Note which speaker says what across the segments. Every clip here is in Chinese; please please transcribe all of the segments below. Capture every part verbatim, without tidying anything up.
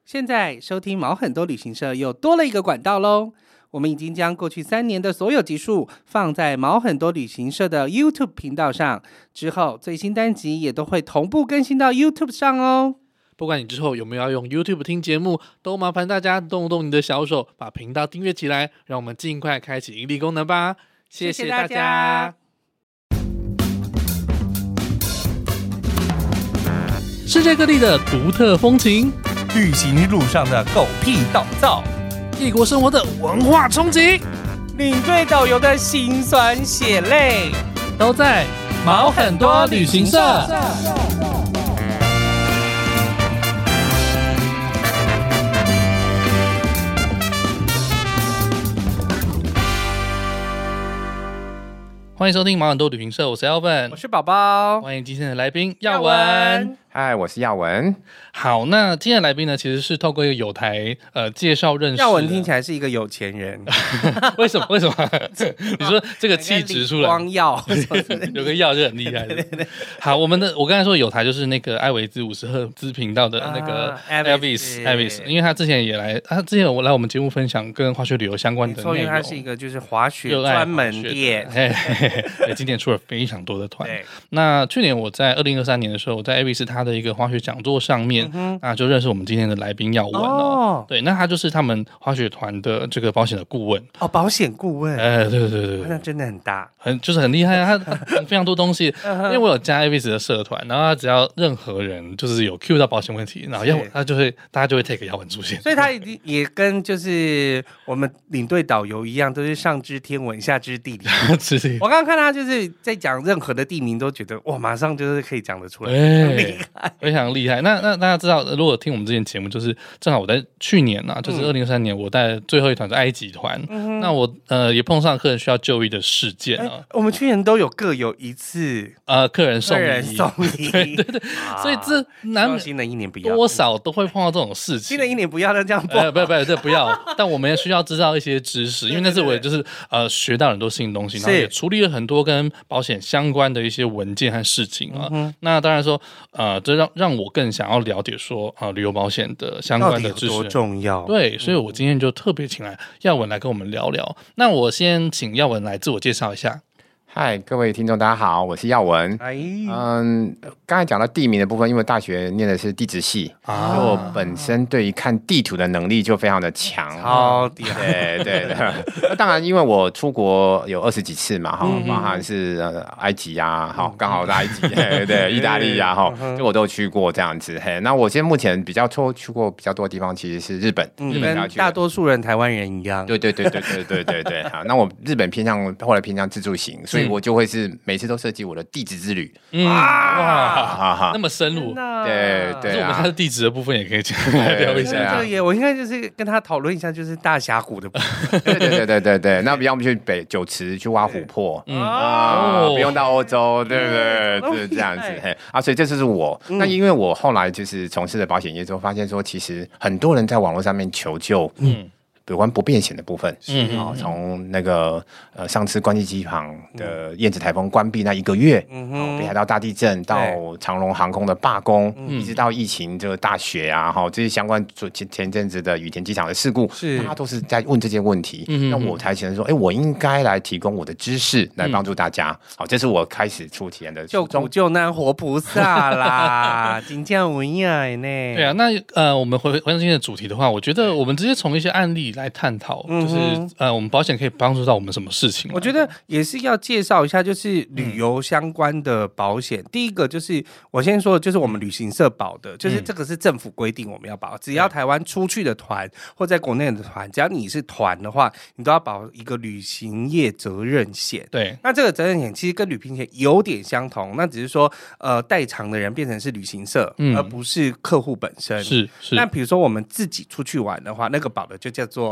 Speaker 1: 现在收听毛很多旅行社又多了一个管道咯，我们已经将过去三年的所有集数放在毛很多旅行社的 YouTube 频道上，之后最新单集也都会同步更新到 YouTube 上哦。
Speaker 2: 不管你之后有没有要用 YouTube 听节目，都麻烦大家动动你的小手，把频道订阅起来，让我们尽快开启盈利功能吧。谢谢大家。世界各地的独特风情，
Speaker 3: 旅行路上的狗屁倒灶，
Speaker 2: 异国生活的文化冲击，
Speaker 3: 领队导游的辛酸血泪，
Speaker 2: 都在毛很多旅行社。欢迎收听毛很多旅行社，我是 Alvin，
Speaker 1: 我是宝宝，
Speaker 2: 欢迎今天的来宾耀文。
Speaker 4: 嗨，我是耀文。
Speaker 2: 好，那今天的来宾呢，其实是透过一个友台呃介绍认识的。
Speaker 1: 耀文听起来是一个有钱人，
Speaker 2: 为什么？为什么？你说这个气质出来，
Speaker 1: 光耀
Speaker 2: 有个耀就很厉害。对对对。好，我们的我刚才说友台就是那个艾维兹五十赫兹频道的那个 Elvis Elvis， 因为他之前也来，他之前有来我们节目分享跟滑雪旅游相关的内容。
Speaker 1: 因为他是一个就是滑雪专门店，
Speaker 2: 对，今年出了非常多的团。那去年我在二零二三年的时候，我在 Elvis 他的一个滑雪讲座上面，嗯、那就认识我们今天的来宾耀文哦。哦对，那他就是他们滑雪团的这个保险的顾问
Speaker 1: 哦，保险顾问，
Speaker 2: 哎、呃，对对对对，
Speaker 1: 那真的很大，
Speaker 2: 很就是很厉害啊，他他非常多东西。因为我有加 Elvis 的社团，然后他只要任何人就是有 Q 到保险问题，然后要他就会大家就会 take 耀文出现，
Speaker 1: 所以他也也跟就是我们领队导游一样，都是上知天文下知地理。我刚刚看他就是在讲任何的地名，都觉得哇，马上就是可以讲得出来，很厉害，
Speaker 2: 非常厉害。那那大家知道，如果听我们之前节目，就是正好我在去年啊，就是二零二三年，我带最后一团是埃及团，嗯、那我呃也碰上客人需要就医的事件啊。
Speaker 1: 我们去年都有各有一次
Speaker 2: 呃客人送医，
Speaker 1: 客人送医，
Speaker 2: 对对对，啊、所以这难免
Speaker 1: 新的一年不要
Speaker 2: 多少都会碰到这种事情。
Speaker 1: 新的一年不要那这样不好，
Speaker 2: 呃，不不不，这不要。但我们也需要知道一些知识，因为那次我也就是呃学到很多新的东西，然后也处理了很多跟保险相关的一些文件和事情啊。嗯、那当然说，呃，这让让我更想要了解说啊、呃，旅游保险的相关的知识
Speaker 1: 多重要。
Speaker 2: 对，所以我今天就特别请来耀文来跟我们聊聊。那我先请耀文来自我介绍一下。
Speaker 4: 嗨，各位听众，大家好，我是耀文。嗯，刚才讲到地名的部分，因为大学念的是地质系，啊、所以我本身对于看地图的能力就非常的强，
Speaker 1: 超厉害。
Speaker 4: 对对对。那当然，因为我出国有二十几次嘛，哈、嗯，包含是呃埃及啊，好，刚好是埃及，对对，意大利啊，哈，这我都去过这样子。嘿，那我现在目前比较多去过比较多的地方，其实是日本，
Speaker 1: 嗯、
Speaker 4: 日本
Speaker 1: 跟大多数人台湾人一样。
Speaker 4: 对对对对对对对对。好，那我日本偏向后来偏向自助型，所以。所以我就会是每次都设计我的地质之旅，
Speaker 2: 嗯哇，那么深入，
Speaker 4: 对对、啊。
Speaker 2: 我们他的地质的部分也可以讲聊一下。
Speaker 1: 对耶，我应该就是跟他讨论一下，就是大峡谷的部分。
Speaker 4: 对对对对对对。那不要我们去北九池去挖琥珀，嗯啊，不用到欧洲，对不对？就是这样子。嘿啊，所以这就是我。嗯、那因为我后来就是从事了保险业之后，发现说，其实很多人在网络上面求救，嗯。有关不便险的部分，嗯啊，从那个呃上次关西机场的燕子台风关闭那一个月，嗯北海道大地震到长荣航空的罢工，一直到疫情这个大雪啊，哈，这些相关前前阵子的羽田机场的事故，大家都是在问这些问题，那我才想说，哎，我应该来提供我的知识来帮助大家，好，这是我开始出体验的
Speaker 1: 救苦救难活菩萨啦，真正有影呢。
Speaker 2: 对啊，那呃，我们回回到今天的主题的话，我觉得我们直接从一些案例来探讨，嗯、就是呃，我们保险可以帮助到我们什么事情？
Speaker 1: 我觉得也是要介绍一下，就是旅游相关的保险。嗯、第一个就是我先说的，就是我们旅行社保的，就是这个是政府规定我们要保，只要台湾出去的团或在国内的团，只要你是团的话，你都要保一个旅行业责任险。
Speaker 2: 对，
Speaker 1: 那这个责任险其实跟旅平险有点相同，那只是说呃，代偿的人变成是旅行社，嗯、而不是客户本身。
Speaker 2: 是是。
Speaker 1: 那比如说我们自己出去玩的话，那个保的就叫做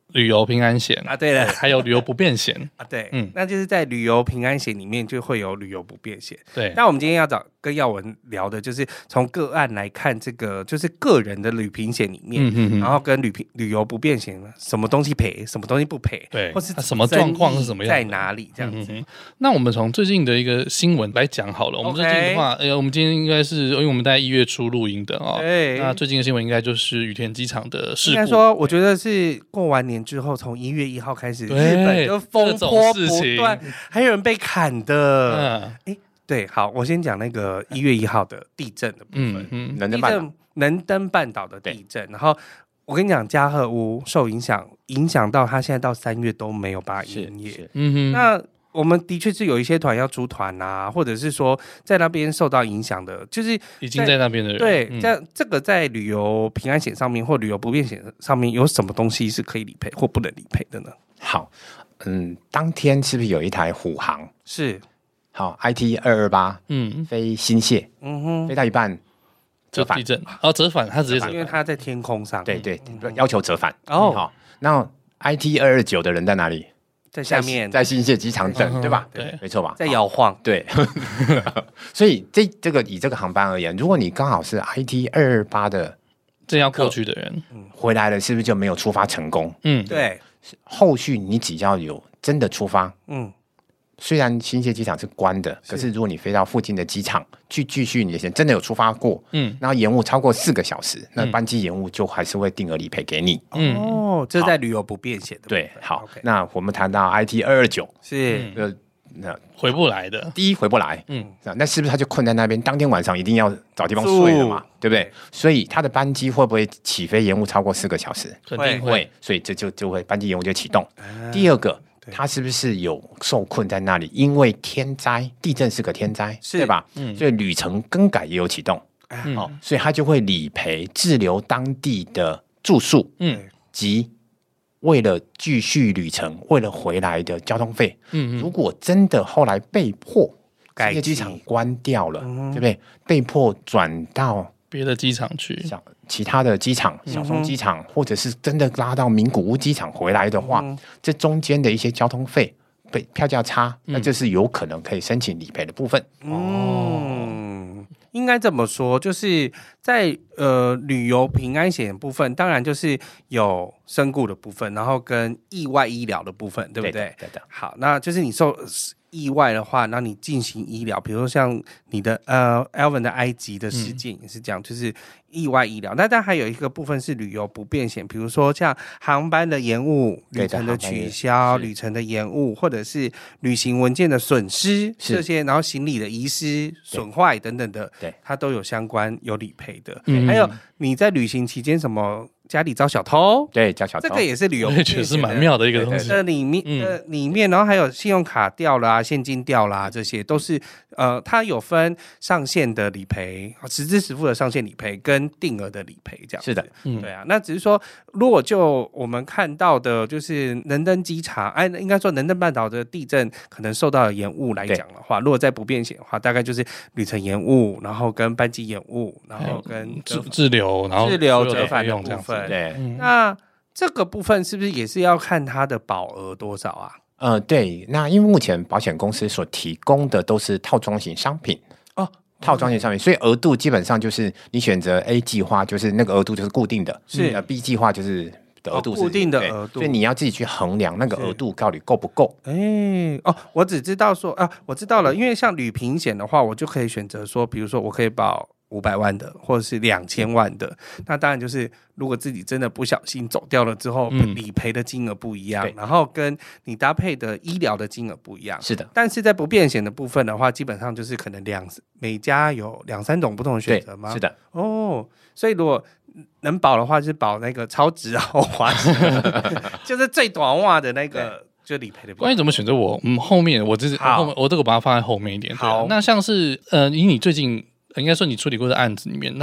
Speaker 2: 旅游平安险
Speaker 1: 啊，对了，
Speaker 2: 还有旅游不便险
Speaker 1: 啊，对，嗯，那就是在旅游平安险里面就会有旅游不便险。
Speaker 2: 对，
Speaker 1: 那我们今天要找跟耀文聊的就是从个案来看这个，就是个人的旅平险里面，嗯嗯嗯然后跟旅平旅游不便险什么东西赔，什么东西不赔，
Speaker 2: 对，
Speaker 1: 或是
Speaker 2: 什么状况是什么样，
Speaker 1: 在哪里这样子。嗯嗯
Speaker 2: 那我们从最近的一个新闻来讲好了。我们最近的话，呃，我们今天应该是因为我们在一月初录音的哦。对。那最近的新闻应该就是羽田机场的事故。应该
Speaker 1: 说，我觉得是过完年之后，从一月一号开始，日本就风波不断，还有人被砍的。嗯。哎，对，好，我先讲那个一月一号的地震的部分。嗯嗯。地震能登半岛的地震，然后我跟你讲，加贺屋受影响，影响到他现在到三月都没有办法营业。嗯哼。那我们的确是有一些团要出团啊，或者是说在那边受到影响的，就是
Speaker 2: 已经在那边的人。
Speaker 1: 对，嗯、这这个在旅游平安险上面或旅游不便险上面有什么东西是可以理赔或不能理赔的呢？
Speaker 4: 好，嗯，当天是不是有一台虎航？
Speaker 1: 是，
Speaker 4: 好 ，I T 二二八，嗯，飞新泻，嗯哼，飞到一半折返，
Speaker 2: 地震，哦，折返，它直接折返，
Speaker 1: 因为它在天空上，
Speaker 4: 对对，嗯、要求折返。哦，好，那 I T 二二九的人在哪里？
Speaker 1: 在下面，
Speaker 4: 在新泻机场等，嗯、对吧？
Speaker 1: 对，
Speaker 4: 没错吧？
Speaker 1: 在摇晃，
Speaker 4: 对。所以这这个以这个航班而言，如果你刚好是 I T 二二八的
Speaker 2: 正要过去的人，
Speaker 4: 回来了，是不是就没有出发成功？
Speaker 1: 嗯，对。
Speaker 4: 后续你只要有真的出发，嗯，虽然新泻机场是关的，可是如果你飞到附近的机场去继续你的钱，真的有出发过，嗯，然后延误超过四个小时，那班机延误就还是会定额理赔给你。
Speaker 1: 嗯，哦，这是在旅游不便险的。
Speaker 4: 对，好， okay. 那我们谈到 I T 二二九
Speaker 1: 是
Speaker 4: 呃，那
Speaker 2: 回不来的，
Speaker 4: 第一回不来，嗯，那是不是他就困在那边？当天晚上一定要找地方睡了嘛，对不对？所以他的班机会不会起飞延误超过四个小时？
Speaker 2: 肯定会，
Speaker 4: 所以这就就会班机延误就启动。嗯、第二个。他是不是有受困在那里？因为天灾，地震是个天灾，对吧？嗯，所以旅程更改也有启动，嗯、哦，所以他就会理赔滞留当地的住宿，嗯，及为了继续旅程、为了回来的交通费。嗯，如果真的后来被迫改机场关掉了，嗯、对不对？被迫转到
Speaker 2: 别的机场去。
Speaker 4: 其他的机场、小松机场，嗯、或者是真的拉到名古屋机场回来的话，嗯、这中间的一些交通费、被票价差，嗯、那这是有可能可以申请理赔的部分。
Speaker 1: 嗯，应该这么说，就是在呃旅游平安险的部分，当然就是有身故的部分，然后跟意外医疗的部分，对不对？
Speaker 4: 对的。对的
Speaker 1: 好，那就是你受意外的话，那你进行医疗，比如说像你的呃 Alvin 的埃及的事件也是这样，嗯、就是意外医疗。那但还有一个部分是旅游不便险，比如说像航班的延误、旅程的取消、旅程的延误，或者是旅行文件的损失这些，然后行李的遗失、损坏等等的，对，它都有相关有理赔的。嗯、还有你在旅行期间什么？家里遭小偷，
Speaker 4: 对，遭小偷，
Speaker 1: 这个也是旅游不便险的，
Speaker 2: 确实蛮妙的一个东西。
Speaker 1: 这里面，呃，里面，然后还有信用卡掉了啊，现金掉啦、啊，这些都是呃，它有分上限的理赔，实支实付的上限理赔跟定额的理赔，这样
Speaker 4: 是的，
Speaker 1: 嗯，对啊。那只是说，如果就我们看到的，就是能登机场，哎，应该说能登半岛的地震可能受到的延误来讲的话，如果在不便险的话，大概就是旅程延误，然后跟班机延误，然后跟
Speaker 2: 滞滞留，然后
Speaker 1: 滞留折返的部分。
Speaker 4: 对，
Speaker 1: 嗯、那这个部分是不是也是要看它的保额多少啊？
Speaker 4: 呃，对，那因为目前保险公司所提供的都是套装型商品哦，套装型商品，所以额度基本上就是你选择 A 计划，就是那个额度就是固定的，
Speaker 1: 是
Speaker 4: 呃 B 计划就是的额度是、
Speaker 1: 哦、固定的额度，
Speaker 4: 所以你要自己去衡量那个额度到底够不够。
Speaker 1: 哎，哦，我只知道说啊，我知道了，因为像旅平险的话，我就可以选择说，比如说我可以保五百万的，或者是两千万的，那当然就是如果自己真的不小心走掉了之后，嗯、理赔的金额不一样，然后跟你搭配的医疗的金额不一样。
Speaker 4: 是的，
Speaker 1: 但是在不便险的部分的话，基本上就是可能两每家有两三种不同的选择吗？
Speaker 4: 是的，
Speaker 1: 哦，所以如果能保的话，就是保那个超值豪华，就是最短袜的那个。就理赔的。
Speaker 2: 关于怎么选择我，嗯，后面我就是后面我这个把它放在后面一点。好，那像是呃，以你最近应该说你处理过的案子里面，那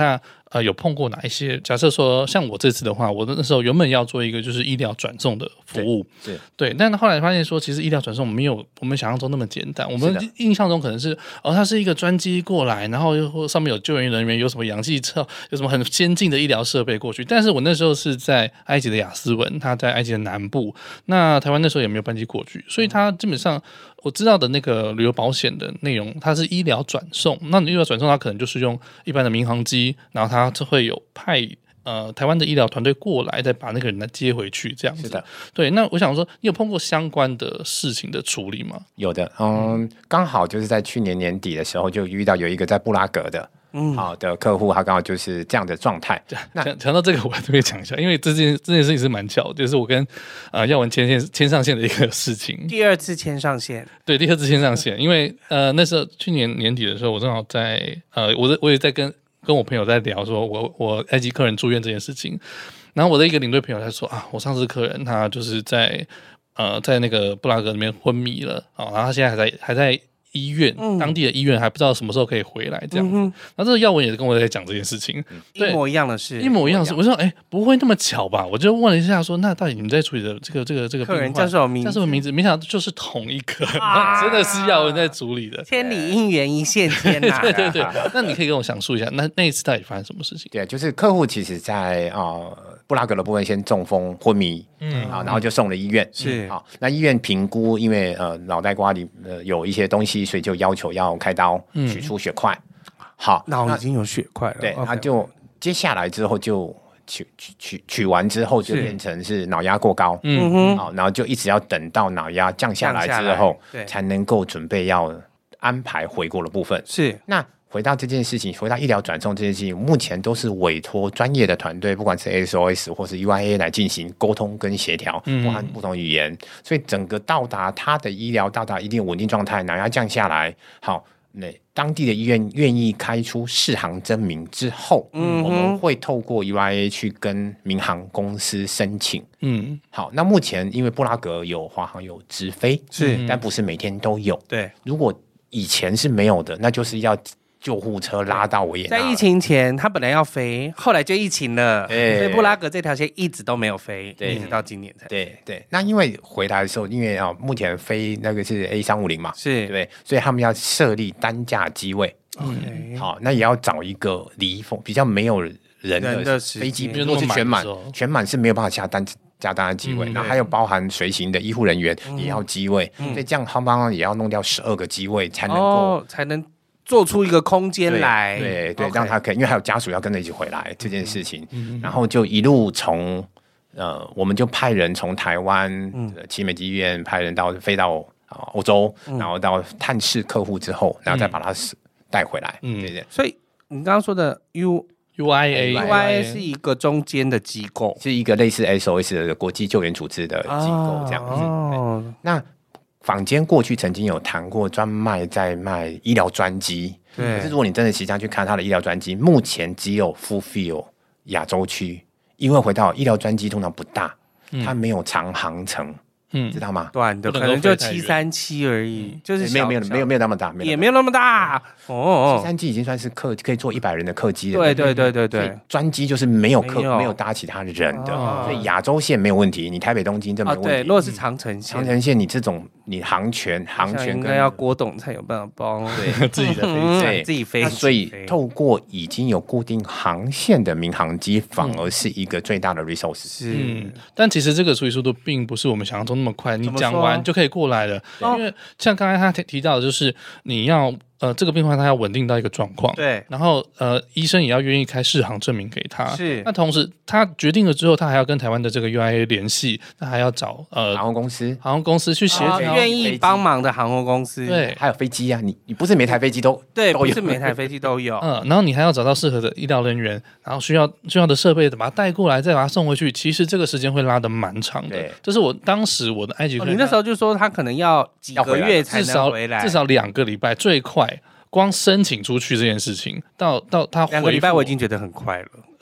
Speaker 2: 呃有碰过哪一些？假设说像我这次的话，我那时候原本要做一个就是医疗转送的服务，
Speaker 4: 对，
Speaker 2: 对，但后来发现说，其实医疗转送没有我们想象中那么简单。我们印象中可能是哦，它是一个专机过来，然后又上面有救援人员，有什么氧气车，有什么很先进的医疗设备过去。但是我那时候是在埃及的亚斯文，它在埃及的南部，那台湾那时候也没有班机过去，所以它基本上我知道的那个旅游保险的内容，它是医疗转送。那你医疗转送，它可能就是用一般的民航机，然后它就会有派呃台湾的医疗团队过来，再把那个人接回去，这样子。
Speaker 4: 是的，
Speaker 2: 对。那我想说，你有碰过相关的事情的处理吗？
Speaker 4: 有的，嗯，刚好就是在去年年底的时候，就遇到有一个在布拉格的。嗯，好的客户，他刚好就是这样的状态。
Speaker 2: 那讲到这个，我特别讲一下，因为这件这件事情是蛮巧的，就是我跟呃耀文牵线牵上线的一个事情。
Speaker 1: 第二次牵上线，
Speaker 2: 对，第二次牵上线，因为呃那时候去年年底的时候，我正好在呃我我也在跟跟我朋友在聊说我我埃及客人住院这件事情，然后我的一个领队朋友他说啊，我上次客人他就是在呃在那个布拉格里面昏迷了啊、哦，然后他现在还在还在。医院、嗯、当地的医院还不知道什么时候可以回来，这样子。嗯、然后这个耀文也是跟我在讲这件事情，
Speaker 1: 嗯、一模一样的事，
Speaker 2: 一模一样的事。我说，哎、欸，不会那么巧吧？我就问了一下说，那到底你们在处理的这个、这个、这个
Speaker 1: 客人叫什么名字？
Speaker 2: 叫什么名字？没想到就是同一个，啊、真的是耀文在处理的。
Speaker 1: 千里姻缘一线牵呐、啊！
Speaker 2: 对对对，那你可以跟我详述一下，那那一次到底发生什么事情？
Speaker 4: 对，就是客户其实在啊、呃、布拉格的部分先中风昏迷，嗯啊，然后就送了医院，
Speaker 1: 是
Speaker 4: 啊，那医院评估，因为呃脑袋瓜里呃有一些东西，所以就要求要开刀取出血块。好，
Speaker 1: 脑已经有血块了，
Speaker 4: 对，他就接下来之后就取取取取完之后就变成是脑压过高，嗯哼，好，然后就一直要等到脑压降下来之后，才能够准备要安排回国的部分。
Speaker 1: 是，
Speaker 4: 那回到这件事情，回到医疗转送这件事情，目前都是委托专业的团队，不管是 S O S 或是 U I A 来进行沟通跟协调，包含不同语言，所以整个到达他的医疗到达一定稳定状态，脑压降下来，好，那当地的医院愿意开出适航证明之后，嗯，我们会透过 U I A 去跟民航公司申请，嗯，好，那目前因为布拉格有华航有直飞，
Speaker 1: 是，
Speaker 4: 但不是每天都有，
Speaker 1: 对，
Speaker 4: 如果以前是没有的，那就是要救护车拉到维也纳。
Speaker 1: 在疫情前，他本来要飞，后来就疫情了，所以布拉格这条线一直都没有飞，一直到今年才。
Speaker 4: 对对，那因为回来的时候，因为啊，目前飞那个是 A 三五零嘛，
Speaker 1: 是，
Speaker 4: 对不对？所以他们要设立单架机位。
Speaker 1: 嗯，
Speaker 4: 好，那也要找一个离峰比较没有人的飞机，如果是全满，全满是没有办法下单。加单的机位，那、嗯、还有包含随行的医护人员也要机位，嗯、所以这样航班也要弄掉十二个机位才能够、
Speaker 1: 哦、才能做出一个空间来，
Speaker 4: 对 对, 对 okay. 让他可以，因为还有家属要跟着一起回来这件事情，嗯、然后就一路从呃，我们就派人从台湾奇美医院派人到飞到啊欧洲，嗯、然后到探视客户之后，然后再把他带回来，嗯，对对。
Speaker 1: 所以你刚刚说的 U。
Speaker 2: U I A，U
Speaker 1: I A 是一个中间的机构，
Speaker 4: 是一个类似 S O S 的国际救援组织的机构这样子。哦，那坊间过去曾经有谈过专卖在卖医疗专机，可是如果你真的实际上去看它的医疗专机，目前只有 fulfill 亚洲区，因为回到医疗专机通常不大，它没有长航程。嗯，知道吗？
Speaker 1: 短的可能就七三七而已，嗯、就是
Speaker 4: 没有没有没有没有那么大，
Speaker 1: 也没有那么大
Speaker 4: 哦。七三七已经算是客可以坐一百人的客机了。
Speaker 1: 对对对对对，
Speaker 4: 专机就是没有客没有搭其他人的，哦、所以亚洲线没有问题，你台北东京这没有问题。
Speaker 1: 哦、对，如果是长程线，
Speaker 4: 长程线你这种你航权航权
Speaker 1: 应该要郭董才有办法包
Speaker 2: 对自己的飞
Speaker 1: 对自己飞，
Speaker 4: 所以透过已经有固定航线的民航机，反而是一个最大的 resource。
Speaker 1: 是，
Speaker 2: 嗯，但其实这个处理速度并不是我们想象中那么快，你讲完就可以过来了，因为像刚才他提到的，就是你要呃这个病患他要稳定到一个状况，
Speaker 1: 对，
Speaker 2: 然后呃医生也要愿意开适航证明给他，
Speaker 1: 是。
Speaker 2: 那同时他决定了之后，他还要跟台湾的这个 U I A 联系，那还要找呃
Speaker 4: 航空公司，
Speaker 2: 航空公司去协调，
Speaker 1: 愿意帮忙的航空公司，
Speaker 2: 对，
Speaker 4: 还有飞机啊，你你不是每台飞机都
Speaker 1: 对，
Speaker 4: 都有
Speaker 1: 不是每台飞机都有，
Speaker 2: 嗯，然后你还要找到适合的医疗人员，然后需要需要的设备，把它带过来，再把它送回去，其实这个时间会拉得蛮长的。这是我当时我的埃及客人，
Speaker 1: 你那时候就说他可能要几个月才能回来，
Speaker 2: 至少两个礼拜最快。光申请出去这件事情，到到他回
Speaker 1: 两个礼拜，我已经觉得很快了。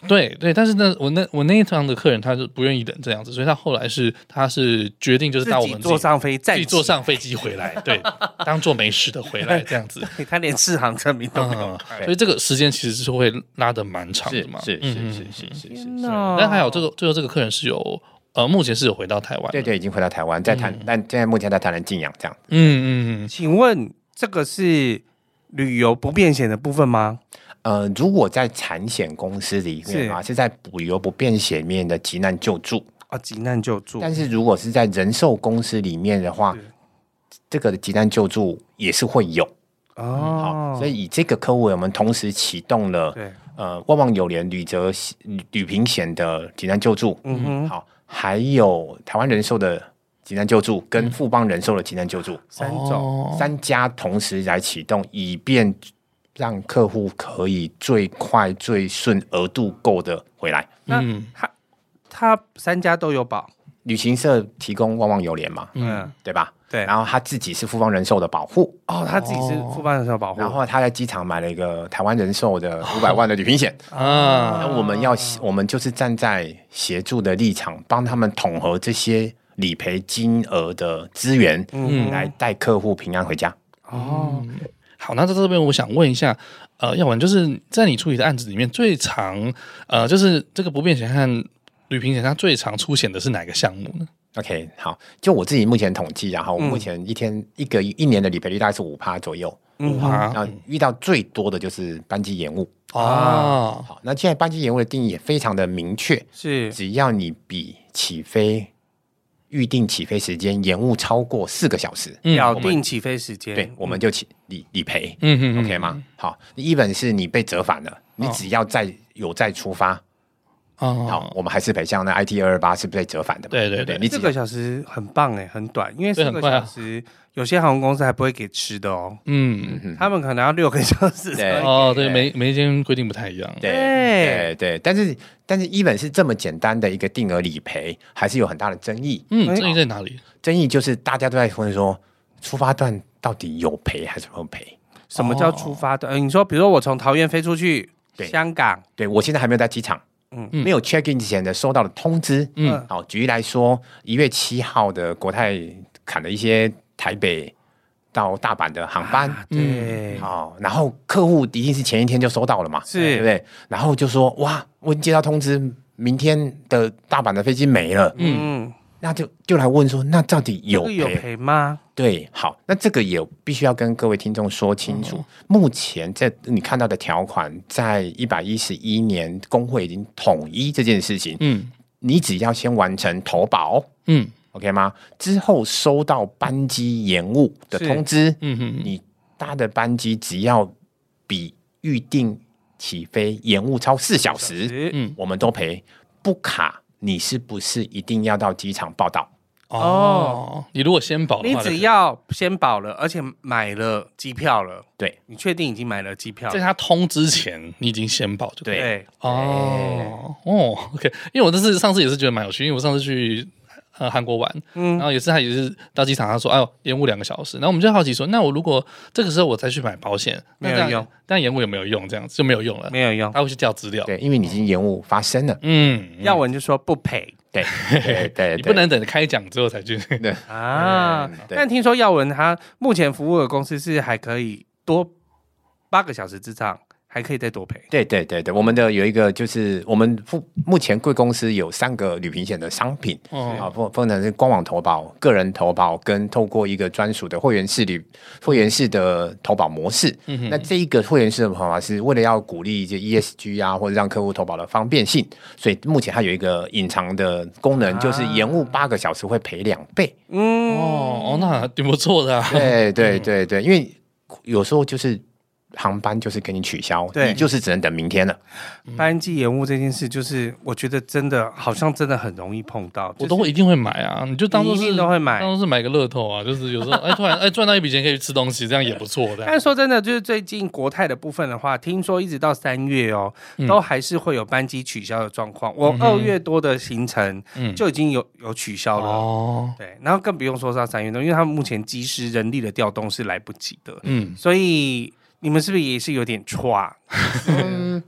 Speaker 2: 对对，但是呢，我那我那一趟的客人他是不愿意等这样子，所以他后来是他是决定就是带我们
Speaker 1: 坐上飞
Speaker 2: 自己坐上飞机回来，对，当做没事的回来这样子。
Speaker 1: 他连适航证明都没有、
Speaker 2: 嗯，所以这个时间其实是会拉得蛮长的嘛。
Speaker 4: 是是是是是是是。
Speaker 2: 但还有这个最后这个客人是有呃，目前是有回到台湾，
Speaker 4: 对对，已经回到台湾，在谈，嗯、但现在目前在台南静养这样。
Speaker 2: 嗯嗯嗯，
Speaker 1: 请问这个是旅游不便险的部分吗？
Speaker 4: 呃，如果在产险公司里面啊，是, 是在旅游不便险里面的急难救助
Speaker 1: 啊，急难救助。
Speaker 4: 但是如果是在人寿公司里面的话，这个急难救助也是会有哦、嗯。好，所以以这个客户，我们同时启动了对呃旺旺有联旅责旅平险的急难救助，嗯哼，好，还有台湾人寿的急难救助跟富邦人寿的急难救助、嗯、
Speaker 1: 三种
Speaker 4: 三家同时来启动，以便让客户可以最快最顺额度够的回来。
Speaker 1: 那他他三家都有保，
Speaker 4: 旅行社提供旺旺有联嘛，嗯，对吧？
Speaker 1: 对，
Speaker 4: 然后他自己是富邦人寿的保护
Speaker 1: 哦，他自己是富邦人寿保护，
Speaker 4: 然后他在机场买了一个台湾人寿的五百万的旅平险啊。那我们要我们就是站在协助的立场，帮他们统合这些理赔金额的资源，嗯，来带客户平安回家。
Speaker 2: 哦。好，那在这边我想问一下，呃，耀文，就是在你处理的案子里面最常，呃，就是这个不便险和旅平险，它最常出险的是哪个项目呢
Speaker 4: ？OK， 好，就我自己目前统计，然后我目前一天一个一年的理赔率大概是五趴左右，五趴，那遇到最多的就是班机延误啊。好，那现在班机延误的定义也非常的明确，
Speaker 1: 是只
Speaker 4: 要你比起飞预定起飞时间延误超过四个小时，
Speaker 1: 表定起飞时间，
Speaker 4: 对，我们就起理理赔，嗯嗯 ，OK 吗？好，一本是你被折返了，你只要再有再出发，哦，好，我们还是赔。像那 I T 二二八是被折返的嘛？
Speaker 2: 对对对，
Speaker 1: 你四个小时很棒哎，很短，因为四个小时有些航空公司还不会给吃的哦，嗯，他们可能要六个小时才会。
Speaker 2: 哦，对，每每一间规定不太一样，
Speaker 4: 对对对，但是但是一本是这么简单的一个定额理赔，还是有很大的争议。
Speaker 2: 嗯，争议在哪里？
Speaker 4: 争议就是大家都在问说，出发段到底有赔还是没有赔？
Speaker 1: 什么叫出发段？哦、你说，比如说我从桃园飞出去香港，
Speaker 4: 对我现在还没有在机场。嗯，没有 check in 之前的收到的通知，嗯，好，举例来说，一月七号的国泰砍了一些台北到大阪的航班，啊、对，好，然后客户一定是前一天就收到了嘛，
Speaker 1: 是，
Speaker 4: 对不对？然后就说，哇，我已经接到通知，明天的大阪的飞机没了，嗯，那就就来问说，那到底有赔
Speaker 1: 有赔吗？
Speaker 4: 对，好，那这个也必须要跟各位听众说清楚。嗯、目前在你看到的条款，在一百一十一年工会已经统一这件事情。嗯，你只要先完成投保，嗯 ，OK 吗？之后收到班机延误的通知，嗯哼，你搭的班机只要比预定起飞延误超四小时，嗯，我们都赔，不卡。你是不是一定要到机场报到？
Speaker 2: 哦，你如果先保的话，
Speaker 1: 你只要先保了，而且买了机票了，
Speaker 4: 对，
Speaker 1: 你确定已经买了机票了，
Speaker 2: 在他通知前你已经先保就对。
Speaker 1: 对，
Speaker 2: 哦哦 ，OK， 因为我这次上次也是觉得蛮有趣，因为我上次去呃韩国玩，嗯，然后也是他也是到机场，他说哎呦延误两个小时，然后我们就好奇说，那我如果这个时候我再去买保险，
Speaker 1: 没有用，
Speaker 2: 但延误有没有用？这样就没有用了，
Speaker 1: 没有用，
Speaker 2: 他会去调资料，
Speaker 4: 对，因为你已经延误发生了，
Speaker 1: 嗯，要文就说不赔。
Speaker 4: 对对对，
Speaker 2: 你不能等开奖之后才去。
Speaker 4: 对
Speaker 1: 啊，但听说耀文他目前服务的公司是还可以多八个小时之上，还可以再多赔。
Speaker 4: 对对对对，我们的有一个就是我们目前贵公司有三个旅平险的商品，啊、哦，分成是官网投保、个人投保跟透过一个专属的会员式旅会员式的投保模式。嗯、那这一个会员式的投保是为了要鼓励一些 E S G 啊，或者让客户投保的方便性，所以目前它有一个隐藏的功能，就是延误八个小时会赔两倍。
Speaker 2: 嗯，哦哦，那还挺不错的、啊。
Speaker 4: 对对对对，因为有时候就是。航班就是给你取消，你就是只能等明天了。
Speaker 1: 班机延误这件事，就是我觉得真的好像真的很容易碰到，就是、
Speaker 2: 我都会一定会买啊，你就当做是
Speaker 1: 都会买，
Speaker 2: 当做是买个乐透啊，就是有时候哎突然哎赚到一笔钱可以去吃东西，这样也不错的。
Speaker 1: 但是说真的，就是最近国泰的部分的话，听说一直到三月哦，嗯、都还是会有班机取消的状况。我二月多的行程就已经有有取消了，哦、对，然后更不用说到三月多，因为他们目前机师人力的调动是来不及的，嗯，所以。你们是不是也是有点差？
Speaker 4: 嗯，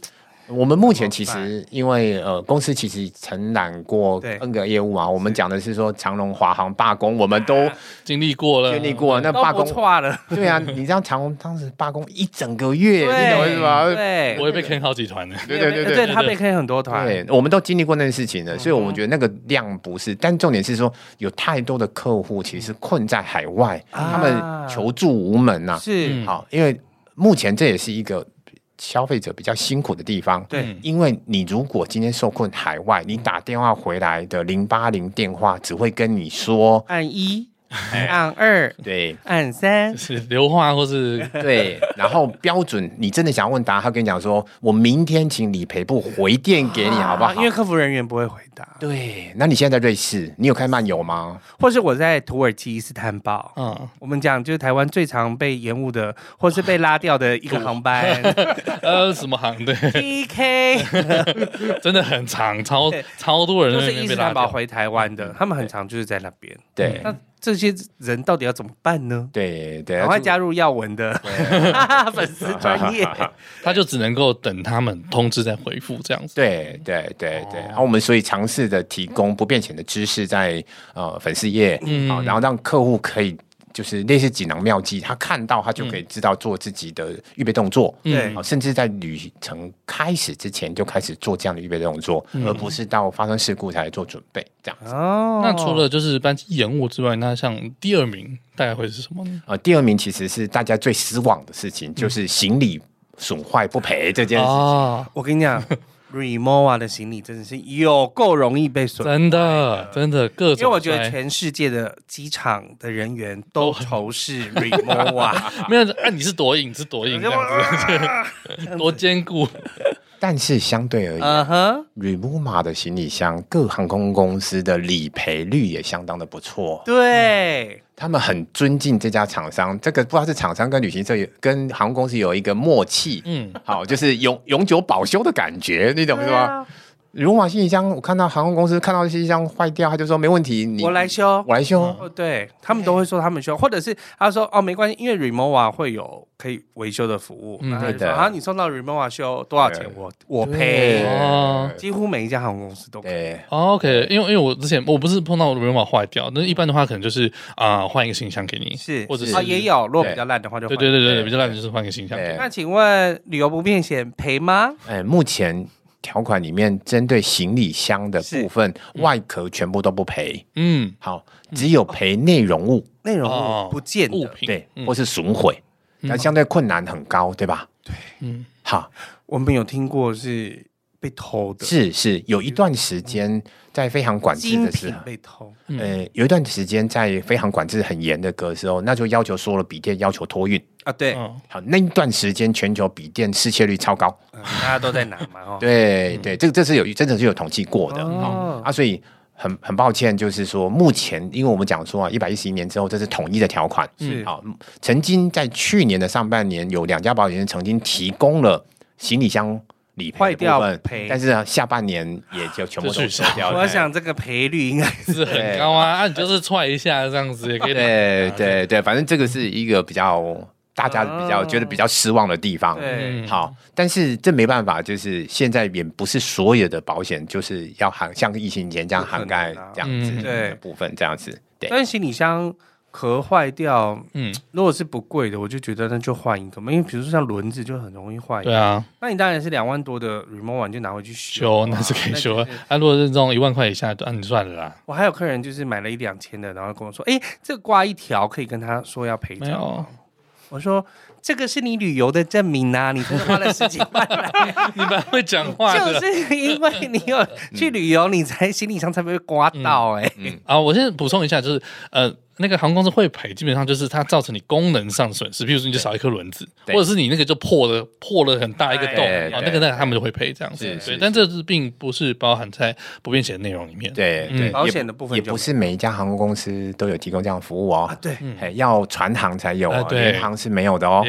Speaker 4: 我们目前其实因为呃公司其实承揽过
Speaker 1: 对
Speaker 4: N 个业务嘛，我们讲的是说长荣、华航罢工，我们都
Speaker 2: 经历过了，
Speaker 4: 经历过。那罢
Speaker 1: 都不
Speaker 4: 工，
Speaker 1: 错了。
Speaker 4: 对啊，你知道长荣当时罢工一整个月，你懂我意思吗？
Speaker 1: 对，
Speaker 2: 我也被坑好几团呢。
Speaker 4: 对对对对
Speaker 1: 对他被坑很多团。
Speaker 4: 对，我们都经历过那件事情的，所以我们觉得那个量不是，但重点是说有太多的客户其实困在海外，
Speaker 1: 啊
Speaker 4: 他们求助无门呐、啊。
Speaker 1: 是，
Speaker 4: 好，因为目前这也是一个消费者比较辛苦的地方。
Speaker 1: 对，
Speaker 4: 因为你如果今天受困海外，你打电话回来的零八零电话只会跟你说
Speaker 1: 按一。按二，
Speaker 4: 对，
Speaker 1: 按三，
Speaker 2: 是硫化或是
Speaker 4: 对，然后标准，你真的想要问答案，他跟你讲说，我明天请理赔部回电给你，好不好？
Speaker 1: 因为客服人员不会回答。
Speaker 4: 对，那你现在在瑞士，你有开漫游吗？
Speaker 1: 或是我在土耳其伊斯坦堡，嗯，我们讲就是台湾最常被延误的，或是被拉掉的一个航班，
Speaker 2: 呃，什么航？对
Speaker 1: ，P K，
Speaker 2: 真的很长，超超多人
Speaker 1: 就是伊斯坦堡回台湾的，他们很常就是在那边。
Speaker 4: 对，
Speaker 1: 那这些人到底要怎么办呢？
Speaker 4: 对对，
Speaker 1: 赶快加入耀文的粉丝专业，
Speaker 2: 他就只能够等他们通知再回复这样子。
Speaker 4: 对对对对，然后我们所以尝试的提供不变浅的知识在呃粉丝页，嗯，然后让客户可以。就是类似锦囊妙计，他看到他就可以知道做自己的预备动作，对、嗯，甚至在旅程开始之前就开始做这样的预备动作，嗯、而不是到发生事故才做准备这样子。
Speaker 1: 哦，
Speaker 2: 那除了就是班机延误之外，那像第二名大概会是什么呢？
Speaker 4: 呃，第二名其实是大家最失望的事情，就是行李损坏不赔这件事情。哦、
Speaker 1: 我跟你讲。Rimowa 的行李真的是有够容易被损坏，
Speaker 2: 真的真的各种。
Speaker 1: 因为我觉得全世界的机场的人员都仇视 Rimowa，
Speaker 2: 没有，啊，你是多硬，是多硬这样子，多坚固。
Speaker 4: 但是相对而言、uh huh. Rimowa 的行李箱，各航空公司的理赔率也相当的不错。
Speaker 1: 对。
Speaker 4: 他们很尊敬这家厂商，这个不知道是厂商跟旅行社跟航空公司有一个默契，嗯，好，就是永永久保修的感觉，你懂是吧？罗马行李箱，我看到航空公司看到行李箱坏掉，他就说没问题，你
Speaker 1: 我来修，
Speaker 4: 我来修。
Speaker 1: 哦，对他们都会说他们修，或者是他说哦没关系，因为 Rimowa 会有可以维修的服务，嗯，对的。然后你送到 Rimowa 修多少钱？我我赔。哦，几乎每一家航空公司都可以。
Speaker 2: 哦 OK， 因为因为我之前我不是碰到 Rimowa 坏掉，那一般的话可能就是啊换、呃、一个行李箱给你，
Speaker 1: 是，
Speaker 2: 或者是
Speaker 1: 啊也有，如果比较烂的话就
Speaker 2: 对对对对，比较烂的就是换一个行李箱给你。
Speaker 1: 那请问旅游不便险赔吗？
Speaker 4: 哎，目前。条款里面针对行李箱的部分，外壳全部都不赔。嗯，好，只有赔内容物，
Speaker 1: 内容物不见
Speaker 2: 物品，
Speaker 4: 对，或是损毁，那相对困难很高，对吧？
Speaker 1: 对，
Speaker 2: 嗯，
Speaker 4: 好，
Speaker 1: 我们有听过是被偷的，
Speaker 4: 是是，有一段时间在飞航管制的时候
Speaker 1: 被偷，
Speaker 4: 呃，有一段时间在飞航管制很严的个时候，那就要求所有的笔电要求托运。
Speaker 1: 啊，对，
Speaker 4: 好，那一段时间全球笔电失窃率超高，
Speaker 1: 嗯、大家都在拿嘛，哦，
Speaker 4: 对对，这个这是有真的是有统计过的，哦、啊，所以很很抱歉，就是说目前，因为我们讲说啊，一百一十一年之后这是统一的条款，
Speaker 1: 是
Speaker 4: 好，曾经在去年的上半年有两家保险曾经提供了行李箱理赔的部分，但是、啊、下半年也就全部都收掉了。
Speaker 1: 我想这个赔率应该
Speaker 2: 是很高啊，啊，你就是踹一下这样子也可以。
Speaker 4: 对对对，反正这个是一个比较。大家比较觉得比较失望的地方，
Speaker 1: 对，
Speaker 4: 好，但是这没办法，就是现在也不是所有的保险就是要涵像疫情前这样涵盖这样子的部分，这样子。对，
Speaker 1: 但是行李箱壳坏掉，嗯，如果是不贵的，我就觉得那就换一个嘛，因为比如说像轮子就很容易坏。
Speaker 2: 对啊，
Speaker 1: 那你当然是两万多的 Rimowa 就拿回去修，
Speaker 2: 修那是可以修。啊，啊如果是这种一万块以下，那、啊、你算了啦。
Speaker 1: 我还有客人就是买了一两千的，然后跟我说，哎，这个挂一条可以跟他说要赔偿。没有。我说这个是你旅游的证明啊，你真的花了十几万来，
Speaker 2: 你蛮会讲话的，
Speaker 1: 就是因为你有去旅游，你才行李箱才不会刮到哎、欸嗯
Speaker 2: 嗯。啊，我先补充一下，就是呃。那个航空公司会赔，基本上就是它造成你功能上损失，譬如说你就少一颗轮子，或者是你那个就破了破了很大一个洞啊，那个那个他们就会赔这样子。对，但这是并不是包含在不便险的内容里面。
Speaker 4: 对对，
Speaker 1: 保险的部分
Speaker 4: 也不是每一家航空公司都有提供这样的服务哦。
Speaker 1: 对，
Speaker 4: 要船航才有，联航是没有的哦。
Speaker 2: 联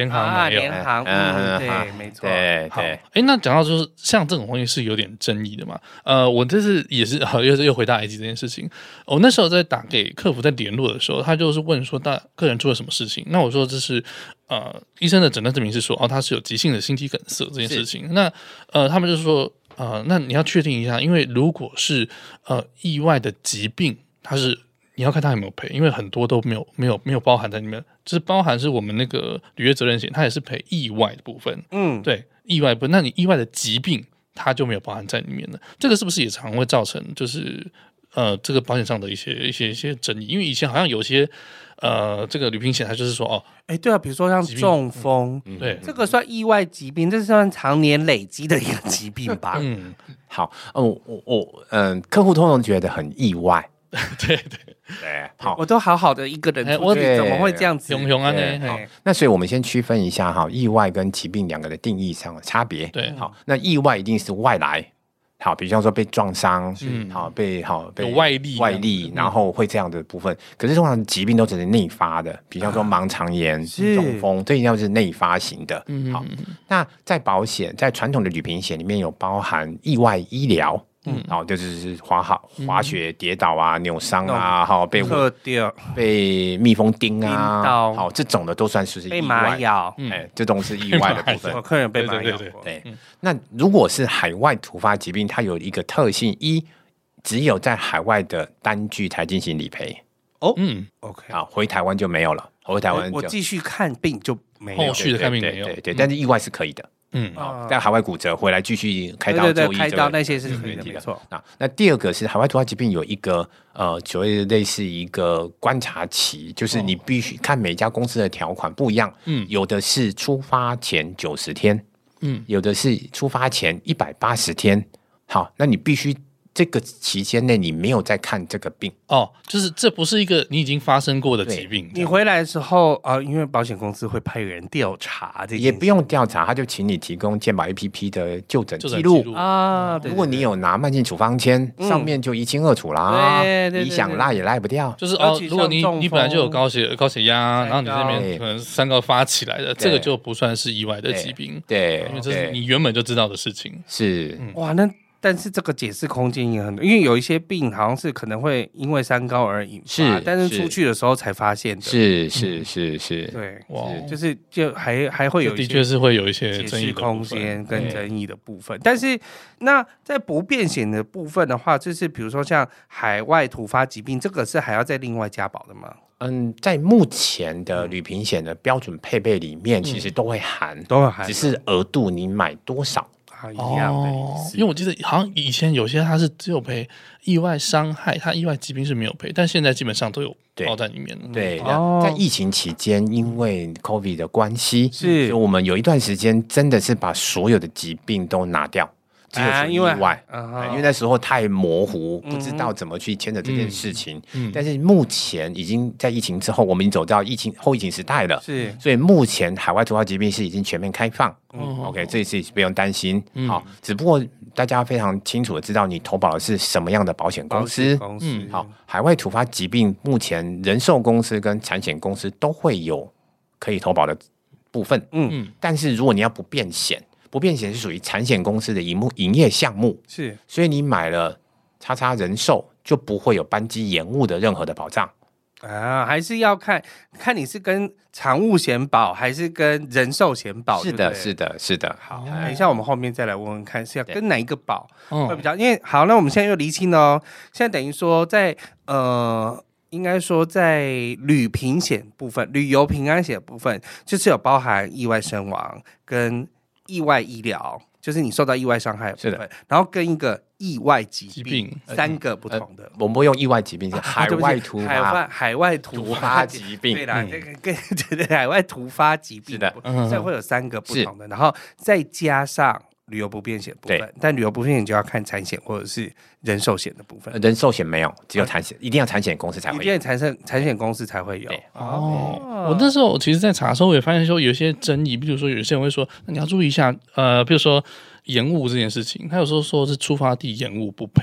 Speaker 2: 联航没有。
Speaker 1: 联航，嗯，对，没错，
Speaker 4: 对对。
Speaker 2: 哎，那讲到就是像这种东西是有点争议的嘛？呃，我这次也是又又回答 I G 这件事情。我那时候在打给客服在联络的时候，他就是问说，大客人出了什么事情？那我说这是呃医生的诊断证明是说，哦，他是有急性的心肌梗塞这件事情。那呃，他们就说，呃，那你要确定一下，因为如果是呃意外的疾病，它是。你要看他有没有赔，因为很多都没有没有没有包含在里面，就是包含是我们那个履约责任险，它也是赔意外的部分。嗯，对，意外不，那你意外的疾病它就没有包含在里面了。这个是不是也常会造成就是呃这个保险上的一些一些一些争议？因为以前好像有些呃这个旅平险它就是说哦，
Speaker 1: 哎、欸、对啊，比如说像中风，嗯、对，这个算意外疾病，这算常年累积的一个疾病吧？
Speaker 4: 嗯，好，哦，我我嗯，客户通常觉得很意外。
Speaker 2: 对对
Speaker 4: 对，好，
Speaker 1: 我都好好的一个人出去，怎么会这样子？
Speaker 2: 熊熊啊，那
Speaker 4: 那所以我们先区分一下哈，意外跟疾病两个的定义上的差别。
Speaker 2: 对，
Speaker 4: 好，那意外一定是外来，好，比方说被撞伤，嗯，好，被好被
Speaker 2: 有外力
Speaker 4: 外力，然后会这样的部分。可是通常疾病都只是内发的，比方说盲肠炎、中风，这一定要是内发型的。好，那在保险，在传统的旅平险里面有包含意外医疗。嗯，好，就是滑好滑雪跌倒啊、扭伤啊，好被被蜜蜂叮啊，好这种的都算是意外。
Speaker 1: 被马咬，
Speaker 4: 哎，这种是意外的部分。
Speaker 1: 我客人被马咬过。
Speaker 4: 对，那如果是海外突发疾病，它有一个特性：一，只有在海外的单据才进行理赔。
Speaker 1: 哦，嗯 ，OK，
Speaker 4: 好，回台湾就没有了。回台湾
Speaker 1: 我继续看病就没有，
Speaker 2: 后续的看病没有。
Speaker 4: 对对，但是意外是可以的。嗯，好，在海外骨折回来继续开刀就医，
Speaker 1: 开刀那些是可以的，没错。
Speaker 4: 那那第二个是海外突发疾病有一个呃所谓的类似一个观察期，就是你必须看每家公司的条款不一样，嗯，有的是出发前九十天，嗯，有的是出发前一百八十天。好，那你必须。这个期间内你没有在看这个病
Speaker 2: 哦，就是这不是一个你已经发生过的疾病。
Speaker 1: 你回来的时候啊、呃，因为保险公司会派人调查这，
Speaker 4: 也不用调查，他就请你提供健保 A P P 的就诊记录啊。如果你有拿慢性处方签，嗯、上面就一清二楚啦。对对对对，你想赖也赖不掉。
Speaker 2: 就是哦，如果你你本来就有高血高血压，然后你这边可能三高发起来的，这个就不算是意外的疾病。
Speaker 4: 对，
Speaker 2: 因为这是你原本就知道的事情。
Speaker 4: 是、
Speaker 1: 嗯、哇，那。但是这个解释空间也很多，因为有一些病好像是可能会因为三高而引发，是但是出去的时候才发现的。
Speaker 4: 是是是是，
Speaker 1: 对，哇，就是就还还会有一些
Speaker 2: 的确是会有一些
Speaker 1: 解释空间跟争议的部分。但是那在不变险的部分的话，就是比如说像海外突发疾病，这个是还要再另外加保的吗？
Speaker 4: 嗯，在目前的旅平险的标准配备里面，其实都会含，
Speaker 1: 都会含，
Speaker 4: 只是额度你买多少。
Speaker 1: 一样的意思、哦，
Speaker 2: 因为我记得好像以前有些它是只有赔意外伤害，它意外疾病是没有赔，但现在基本上都有包在里面了。
Speaker 4: 对，哦、在疫情期间，因为 COVID 的关系，是我们有一段时间真的是把所有的疾病都拿掉。只有意外、啊因呃，因为那时候太模糊，嗯、不知道怎么去牵扯这件事情。嗯嗯、但是目前已经在疫情之后，我们已经走到疫情后疫情时代了。是，所以目前海外突发疾病是已经全面开放。嗯、OK， 这一次不用担心。嗯、好，只不过大家非常清楚的知道你投保的是什么样的保险公司。公司嗯，好，海外突发疾病目前人寿公司跟产险公司都会有可以投保的部分。嗯，但是如果你要不变险。不变险是属于产险公司的营业项目，是，所以你买了叉叉人寿就不会有班机延误的任何的保障
Speaker 1: 啊，还是要看看你是跟产物险保还是跟人寿险保。
Speaker 4: 是的，是的，是的。
Speaker 1: 好，等一下我们后面再来问问看是要跟哪一个保会比较，因为好，那我们现在又厘清了哦，现在等于说在呃。应该说，在旅平险部分、旅游平安险部分，就是有包含意外身亡跟意外医疗，就是你受到意外伤害的部分，然后跟一个意外疾 病, 疾病三个不同的、呃。
Speaker 4: 我们不用意外疾病，是海外突发、
Speaker 1: 啊、海外突发
Speaker 4: 疾病。
Speaker 1: 对啦，这个跟对海外突发疾病是的，所以会有三个不同的，然后再加上。旅游不变险部分，但旅游不变险就要看产险或者是人寿险的部分。
Speaker 4: 人寿险没有，只有产险，一定要产险公司才会有，
Speaker 1: 一定要产险产险公司才会有。
Speaker 2: 哦，我那时候其实，在查的时候，我也发现说有一些争议，比如说有些人会说，那你要注意一下，呃，比如说延误这件事情，他有时候说是出发地延误不赔。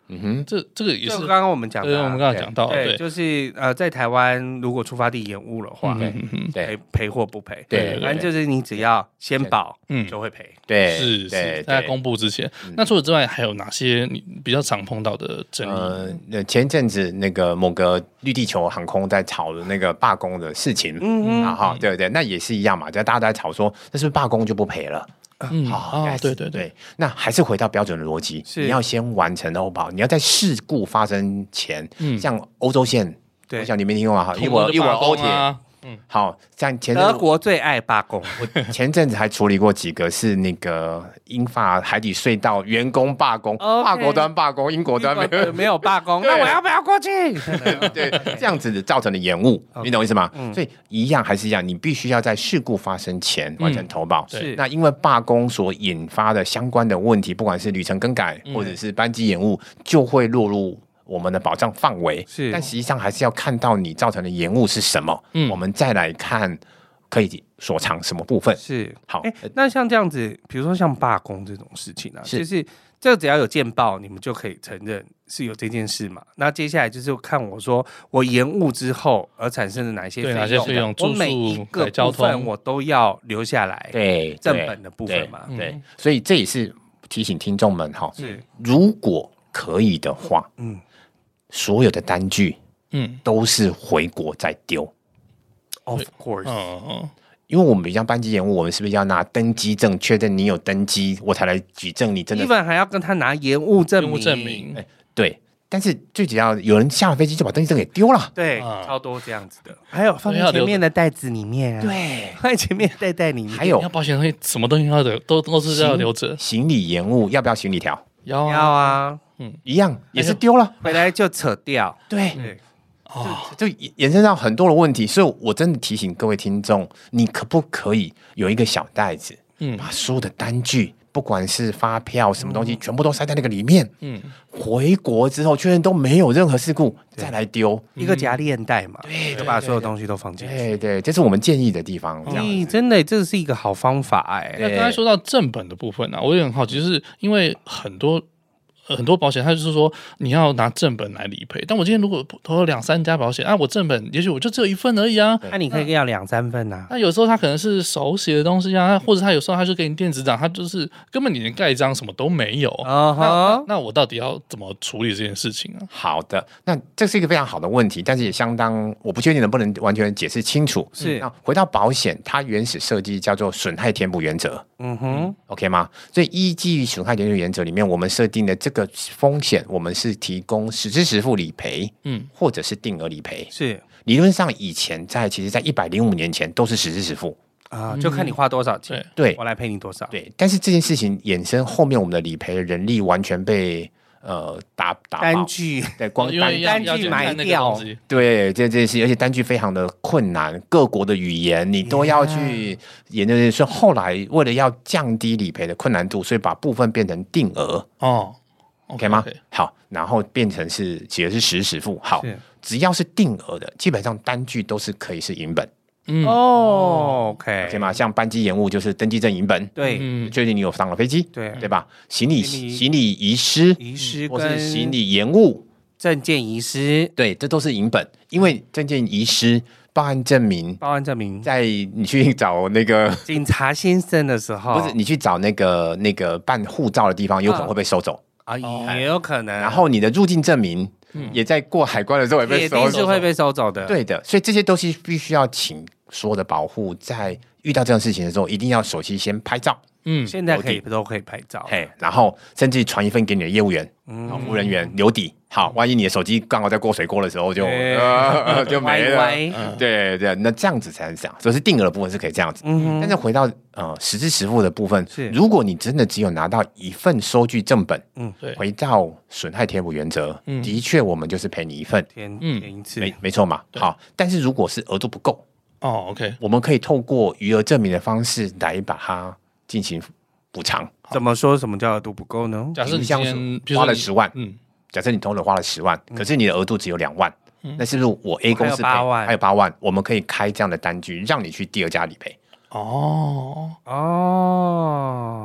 Speaker 4: 嗯哼，
Speaker 2: 这这个也是
Speaker 1: 刚刚我们讲的、啊，
Speaker 2: 对，我们刚刚讲到，
Speaker 1: 对，
Speaker 2: 对，
Speaker 1: 就是呃，在台湾如果出发地延误的话，
Speaker 2: 嗯嗯嗯，
Speaker 4: 对
Speaker 1: 赔赔或不赔，
Speaker 4: 对，
Speaker 1: 反正就是你只要先保，
Speaker 2: 嗯
Speaker 1: 就会赔。
Speaker 4: 对，
Speaker 2: 是
Speaker 4: 对
Speaker 2: 是，在公布之前。那除此之外，还有哪些你比较常碰到的争议？
Speaker 4: 呃，那前一阵子那个某个绿地球航空在吵的那个罢工的事情，嗯嗯，啊哈，对对，那也是一样嘛，就大家都在吵说，那是不是罢工就不赔了？
Speaker 2: 嗯啊，对对对，
Speaker 4: 那还是回到标准的逻辑，你要先完成欧保，你要在事故发生前，嗯，像欧洲线，
Speaker 1: 对，
Speaker 4: 我想你没听过吗？一我一我欧铁。嗯，好像前
Speaker 1: 德国最爱罢工，
Speaker 4: 我前阵子还处理过几个是那个英法海底隧道员工罢工，法国端罢工，英国端没有
Speaker 1: 没有罢工，那我要不要过去？
Speaker 4: 对，这样子造成的延误，你懂意思吗？所以一样还是一样，你必须要在事故发生前完成投保。
Speaker 1: 是，
Speaker 4: 那因为罢工所引发的相关的问题，不管是旅程更改或者是班机延误，就会落入我们的保障范围，
Speaker 1: 是，
Speaker 4: 但实际上还是要看到你造成的延误是什么，嗯，我们再来看可以所偿什么部分。
Speaker 1: 是，
Speaker 4: 好，
Speaker 1: 欸，那像这样子，比如说像罢工这种事情啊，是就是这只要有见报，你们就可以承认是有这件事嘛。那接下来就是看我说我延误之后而产生的哪些费用，
Speaker 2: 哪些费用，
Speaker 1: 我每一个部分我都要留下来，
Speaker 4: 对
Speaker 1: 正本的部分嘛，
Speaker 4: 对，对，所以这也是提醒听众们哈，
Speaker 1: 是如
Speaker 4: 果可以的话，嗯。所有的单据，嗯，都是回国再丢。
Speaker 1: Of course，
Speaker 2: 嗯，
Speaker 4: 因为我们比较班机延误，我们是不是要拿登机证确认你有登机，我才来举证你真的？
Speaker 1: 基本还要跟他拿延误证明。
Speaker 2: 证明，
Speaker 4: 欸，对。但是最主要，有人下了飞机就把登机证给丢了，
Speaker 1: 对，嗯，超多这样子的。还有放在前面的袋子里面，啊，
Speaker 4: 对，
Speaker 1: 放在前面袋袋里面。
Speaker 4: 还有
Speaker 2: 要保险东西，什么东西要的都都是要留着。
Speaker 4: 行李延误要不要行李条？
Speaker 2: 要啊，
Speaker 1: 要啊。
Speaker 4: 嗯，一样也是丢了，
Speaker 1: 回来就扯掉。
Speaker 4: 对，对，哦，就延伸到很多的问题，所以我真的提醒各位听众，你可不可以有一个小袋子，嗯，把所有的单据，不管是发票什么东西，嗯，全部都塞在那个里面，嗯，回国之后确认都没有任何事故，再来丢
Speaker 1: 一个夹链袋嘛，
Speaker 4: 对，
Speaker 1: 就把所有东西都放进去。
Speaker 4: 对对，这是我们建议的地方。
Speaker 1: 咦，真的，这是一个好方法哎。
Speaker 2: 那刚才说到正本的部分啊，我也很好奇，就是因为很多。很多保险，它就是说你要拿正本来理赔。但我今天如果投了两三家保险啊，我正本也许我就只有一份而已啊。
Speaker 1: 那你可以要两三份啊。
Speaker 2: 那有时候它可能是手写的东西啊，或者它有时候它就给你电子档，它就是根本你连盖章什么都没有。Uh-huh. 那, 那我到底要怎么处理这件事情啊？
Speaker 4: 好的，那这是一个非常好的问题，但是也相当我不确定能不能完全解释清楚。
Speaker 1: 是，
Speaker 4: 那回到保险，它原始设计叫做损害填补原则。嗯哼 ，OK 吗？所以依基于损害填补原则里面，我们设定的这个风险，我们是提供实支实付理赔，嗯，或者是定额理赔。
Speaker 1: 是，
Speaker 4: 理论上以前在其实，在一百零五年前都是实支实付
Speaker 1: 啊，就看你花多少钱，
Speaker 4: 对，
Speaker 1: 我来赔你多少。
Speaker 4: 对，但是这件事情衍生后面，我们的理赔人力完全被。呃，打打
Speaker 1: 单据，
Speaker 4: 对，光单
Speaker 1: 单据埋掉，
Speaker 4: 对，这这些，而且单据非常的困难，各国的语言你都要去研究。所以后来为了要降低理赔的困难度，所以把部分变成定额哦 ，OK 吗？ Okay. 好，然后变成是其实是实时付。好，只要是定额的，基本上单据都是可以是银本。
Speaker 1: 嗯哦 ，OK，
Speaker 4: OK 吗？像班机延误就是登机证银本，
Speaker 1: 对，
Speaker 4: 确定你有上了飞机，
Speaker 1: 对
Speaker 4: 对吧？行李行李遗失，
Speaker 1: 遗失
Speaker 4: 或是行李延误，
Speaker 1: 证件遗失，
Speaker 4: 对，这都是银本，因为证件遗失。报案证明，
Speaker 1: 报案证明，
Speaker 4: 在你去找那个
Speaker 1: 警察先生的时候，
Speaker 4: 不是你去找那个那个办护照的地方，有可能会被收走
Speaker 1: 啊，也有可能。
Speaker 4: 然后你的入境证明。嗯、也在过海关的时候也被收走，
Speaker 1: 也是会被收走的。
Speaker 4: 对的，所以这些东西必须要请所有的保护，在遇到这种事情的时候，一定要手机先拍照。
Speaker 1: 嗯，现在可以都可以拍照，
Speaker 4: 嘿，然后甚至传一份给你的业务员、嗯、服务人员留底。好，万一你的手机刚好在过水沟的时候就呃就没了。歪歪对对，那这样子才是这样，所以是定额的部分是可以这样子。嗯，但是回到呃实支实付的部分，如果你真的只有拿到一份收据正本，嗯，对，回到损害填补原则，嗯，的确我们就是赔你一份，
Speaker 1: 填填一次，
Speaker 4: 没没错嘛。好，但是如果是额度不够，
Speaker 2: 哦 ，OK，
Speaker 4: 我们可以透过余额证明的方式来把它进行补偿。
Speaker 1: 怎么说？什么叫额度不够呢？
Speaker 2: 假设你今天
Speaker 4: 花了十万，嗯。假设你同时花了十万，可是你的额度只有两万、嗯，那是不是我 A 公司赔还有八万？我们可以开这样的单据，让你去第二家理赔。
Speaker 1: 哦哦，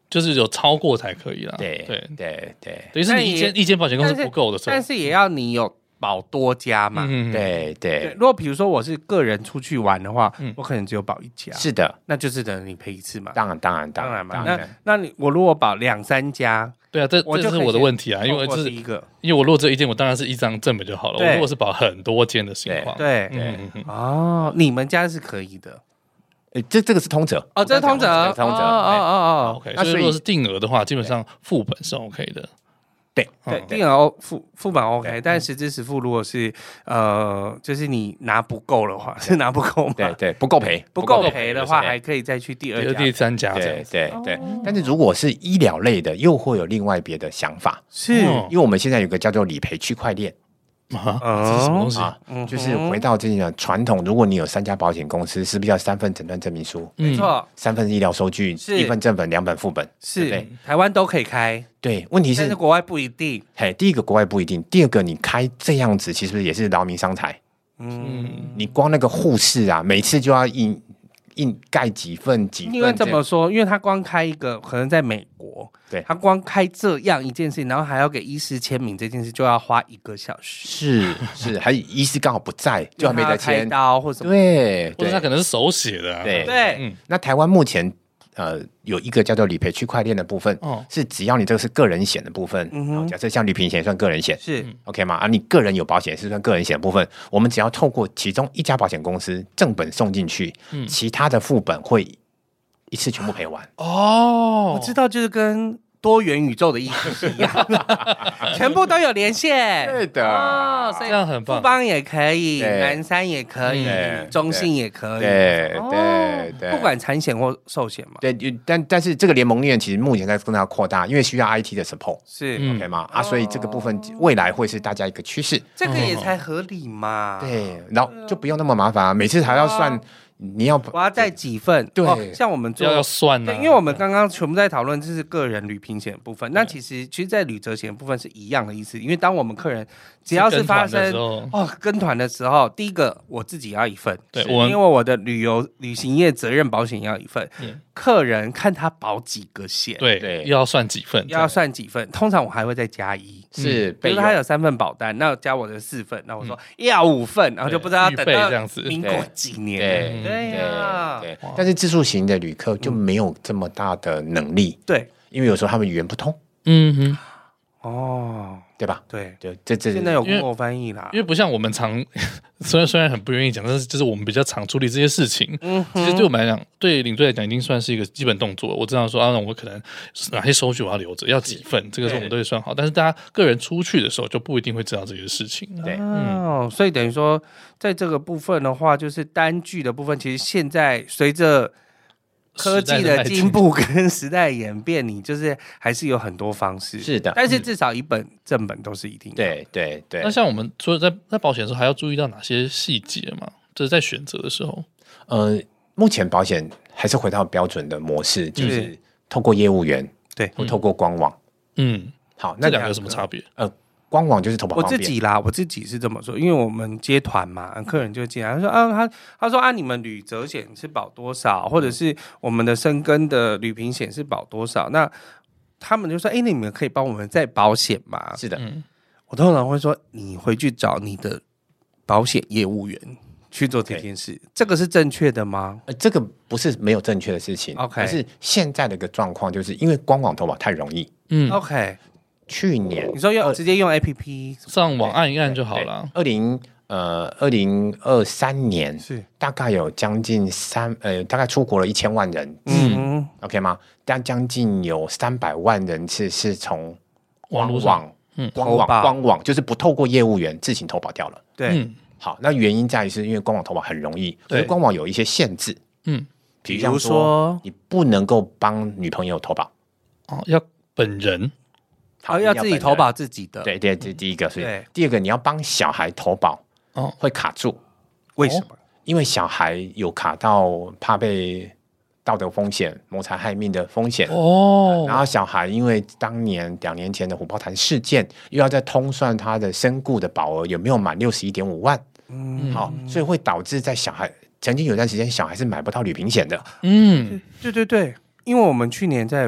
Speaker 2: 就是有超过才可以啦。
Speaker 4: 对
Speaker 2: 对
Speaker 4: 对对，
Speaker 2: 等于是你一间一间保险公司不够的时候，
Speaker 1: 但是也要你有保多家嘛。
Speaker 2: 嗯，
Speaker 4: 对
Speaker 1: 对，
Speaker 4: 对，
Speaker 1: 如果比如说我是个人出去玩的话，
Speaker 2: 嗯
Speaker 1: 我可能只有保一家，
Speaker 4: 是的，
Speaker 1: 那就是等于你赔一次嘛。
Speaker 4: 当然当然
Speaker 1: 当然嘛，
Speaker 4: 当
Speaker 1: 那那你我如果保两三家，
Speaker 2: 对啊，这
Speaker 1: 我就可以
Speaker 2: 这是我的问题啊，因为
Speaker 1: 透过
Speaker 2: 这是
Speaker 1: 第一个
Speaker 2: 因为我如果只有一间，我当然是一张正本就好了。
Speaker 1: 对
Speaker 2: 我如果是保很多间的情况，
Speaker 1: 对
Speaker 2: 嗯嗯嗯，
Speaker 1: 哦，你们家是可以的
Speaker 4: 诶这这个是通则
Speaker 1: 哦，这是通则，
Speaker 4: 这是通则，
Speaker 1: 哦哦
Speaker 4: 哎
Speaker 1: 哦哦，
Speaker 2: OK，
Speaker 4: 那所以
Speaker 2: 所以如果是定额的话，基本上副本是 OK 的。
Speaker 4: 对
Speaker 1: 对，
Speaker 2: 嗯
Speaker 1: 定额付付版 OK，
Speaker 4: 对
Speaker 1: 但实支实付如果是呃，就是你拿不够的话，是拿不够吗？
Speaker 4: 对对，不够赔，
Speaker 1: 不够
Speaker 2: 够
Speaker 1: 赔的话，
Speaker 4: 对
Speaker 1: 还可以再去第
Speaker 2: 第二、
Speaker 1: 二家
Speaker 2: 第。三家这样
Speaker 4: 对
Speaker 2: 子。
Speaker 4: 对对，但是如果是医疗类的，又会有另外别的想法，
Speaker 1: 是，
Speaker 2: 哦
Speaker 4: 因为我们现在有个叫做理赔区块链
Speaker 2: 啊，这是什么东西？
Speaker 4: 啊，
Speaker 1: 嗯
Speaker 4: 就是回到这个传统，如果你有三家保险公司，是不是要三份诊断证明书、
Speaker 2: 嗯
Speaker 1: 没错，
Speaker 4: 三份医疗收据、
Speaker 1: 是
Speaker 4: 一份正本、两本副本？对不
Speaker 1: 是
Speaker 4: 对
Speaker 1: 台湾都可以开，
Speaker 4: 对，问题是
Speaker 1: 但是，国外不一定。
Speaker 4: 嘿，第一个国外不一定，第二个你开这样子，其实也是劳民伤财。
Speaker 1: 嗯，
Speaker 4: 你光那个护士啊，每次就要印印盖几份几份这
Speaker 1: 因为
Speaker 4: 样，
Speaker 1: 怎么说？因为他光开一个，可能在美国，
Speaker 4: 对
Speaker 1: 他光开这样一件事情，然后还要给医师签名，这件事就要花一个小时，
Speaker 4: 是是，还有医师刚好不在，就还没
Speaker 1: 他要开
Speaker 4: 得签。
Speaker 1: 刀或什么。
Speaker 4: 对对
Speaker 2: 或者他可能是手写的啊。
Speaker 4: 对
Speaker 1: 对，
Speaker 2: 嗯，
Speaker 4: 那台湾目前呃有一个叫做理赔区块链的部分，
Speaker 2: 哦
Speaker 4: 是只要你这个是个人险的部分，
Speaker 1: 嗯哼
Speaker 4: 哦假设像旅平险算个人险
Speaker 1: 是
Speaker 4: ，OK 吗？啊，你个人有保险是算个人险的部分，我们只要透过其中一家保险公司正本送进去，
Speaker 2: 嗯
Speaker 4: 其他的副本会一次全部赔完。
Speaker 2: 哦，
Speaker 1: 我知道，就是跟多元宇宙的意思是一样的，全部都有连线。
Speaker 4: 对的
Speaker 1: 哦，所以
Speaker 2: 这样很棒
Speaker 1: 富邦也可以，
Speaker 4: 对
Speaker 1: 南山也可以
Speaker 4: 对，
Speaker 1: 中信也可以，
Speaker 4: 对
Speaker 1: 哦
Speaker 4: 对对，
Speaker 1: 不管产险或寿险嘛，
Speaker 4: 对，就但但是这个联盟链其实目前在跟它扩大，因为需要 I T 的 support。
Speaker 1: 是
Speaker 2: 嗯
Speaker 4: OK 吗？啊，所以这个部分未来会是大家一个趋势。
Speaker 1: 这个也才合理嘛。，
Speaker 4: 对，然后就不用那么麻烦啊，每次还要算，你要
Speaker 1: 我要带几份？
Speaker 4: 对
Speaker 1: 哦像我们做
Speaker 2: 要要算呢、
Speaker 1: 对，因为我们刚刚全部在讨论这是个人旅平险的部分，那其实其实，在旅责险的部分是一样的意思，因为当我们客人只要是发生
Speaker 2: 跟团的时候
Speaker 1: 哦跟团的时候，第一个我自己要一份，是
Speaker 2: 对我们
Speaker 1: 因为我的旅游旅行业责任保险要一份，
Speaker 2: 嗯
Speaker 1: 客人看他保几个险，
Speaker 2: 对
Speaker 4: 对
Speaker 2: 要算几份，
Speaker 1: 要算几份，通常我还会再加一。
Speaker 4: 是备用
Speaker 1: 比如说他有三份保单，那加我的四份，那我说要五份，然后就不知道要等
Speaker 2: 预备
Speaker 1: 到
Speaker 2: 这样子
Speaker 1: 民国几年
Speaker 4: 对
Speaker 1: 了，对呀，
Speaker 4: 对，但是自助型的旅客就没有这么大的能力，
Speaker 1: 对，
Speaker 4: 因为有时候他们语言不通，
Speaker 2: 嗯哼，
Speaker 1: 哦，
Speaker 4: 对吧？
Speaker 1: 对，
Speaker 4: 对，这这
Speaker 1: 现在有
Speaker 2: 因为
Speaker 1: Google 翻译啦
Speaker 2: 因，为不像我们常虽然虽然很不愿意讲，但是就是我们比较常处理这些事情。
Speaker 1: 嗯
Speaker 2: 其实对我们来讲，对领队来讲，已经算是一个基本动作。我知道说啊，我可能哪些收据我要留着，要几份，这个是我们都会算好。但是大家个人出去的时候，就不一定会知道这些事情。
Speaker 4: 对
Speaker 1: 哦，所以等于说，在这个部分的话，就是单据的部分，其实现在随着科技的进步跟时代演变，你就是还是有很多方式。
Speaker 4: 是的
Speaker 1: 但是至少一本正本都是一定的。
Speaker 4: 对对对
Speaker 2: 那。像我们除了在在保险的时候，还要注意到哪些细节嘛？就是在选择的时候，
Speaker 4: 呃，目前保险还是回到标准的模式，就是透过业务员，
Speaker 1: 对
Speaker 4: 或透过官网。
Speaker 2: 嗯，
Speaker 4: 好，那
Speaker 2: 这两个有什么差别？
Speaker 4: 呃，官网就是投保
Speaker 1: 我
Speaker 4: 方便，
Speaker 1: 自己啦，我自己是这么说，因为我们接团嘛，客人就进来，他说啊，他他说啊，你们旅责险是保多少，或者是我们的深耕的旅平险是保多少？那他们就说，哎，那你们可以帮我们再保险吗？
Speaker 4: 是的，
Speaker 2: 嗯，
Speaker 1: 我通常会说，你回去找你的保险业务员去做这件事，这个是正确的吗？
Speaker 4: 呃，这个不是没有正确的事情
Speaker 1: OK
Speaker 4: 而是现在的一个状况，就是因为官网投保太容易。
Speaker 2: 嗯
Speaker 1: OK，
Speaker 4: 去年
Speaker 1: 你说用
Speaker 4: 呃
Speaker 1: 直接用 A P P
Speaker 2: 上网按一按就好了。
Speaker 4: 二零呃二零二三年
Speaker 1: 是，
Speaker 4: 大概有将近三呃大概出国了一千万人
Speaker 1: 嗯
Speaker 4: ，OK 吗？但将近有三百万人次是从
Speaker 2: 网络上
Speaker 4: 网
Speaker 2: 嗯
Speaker 4: 官网
Speaker 1: 投保
Speaker 4: 官网就是不透过业务员自行投保掉了。
Speaker 1: 对，
Speaker 2: 嗯
Speaker 4: 好，那原因在于是因为官网投保很容易，所以
Speaker 2: 对
Speaker 4: 官网有一些限制，
Speaker 2: 嗯，
Speaker 1: 比如
Speaker 4: 比如说
Speaker 1: 说
Speaker 4: 你不能够帮女朋友投保，
Speaker 2: 哦，要本人
Speaker 4: 好
Speaker 1: 哦，要自己投。保
Speaker 4: 一定
Speaker 1: 自己的，
Speaker 4: 本人对对，这第一个是
Speaker 1: 对。
Speaker 4: 第二个，你要帮小孩投保
Speaker 2: 哦，
Speaker 4: 会卡住，
Speaker 1: 为什么？
Speaker 4: 因为小孩有卡到怕被道德风险、谋财害命的风险。
Speaker 2: 哦，
Speaker 4: 然后小孩因为当年两年前的虎豹潭事件，又要再通算他的身故的保额有没有满六十一点五万，
Speaker 1: 嗯，
Speaker 4: 好，所以会导致在小孩曾经有段时间小孩是买不到旅平险的。
Speaker 2: 嗯，
Speaker 1: 对对对，因为我们去年在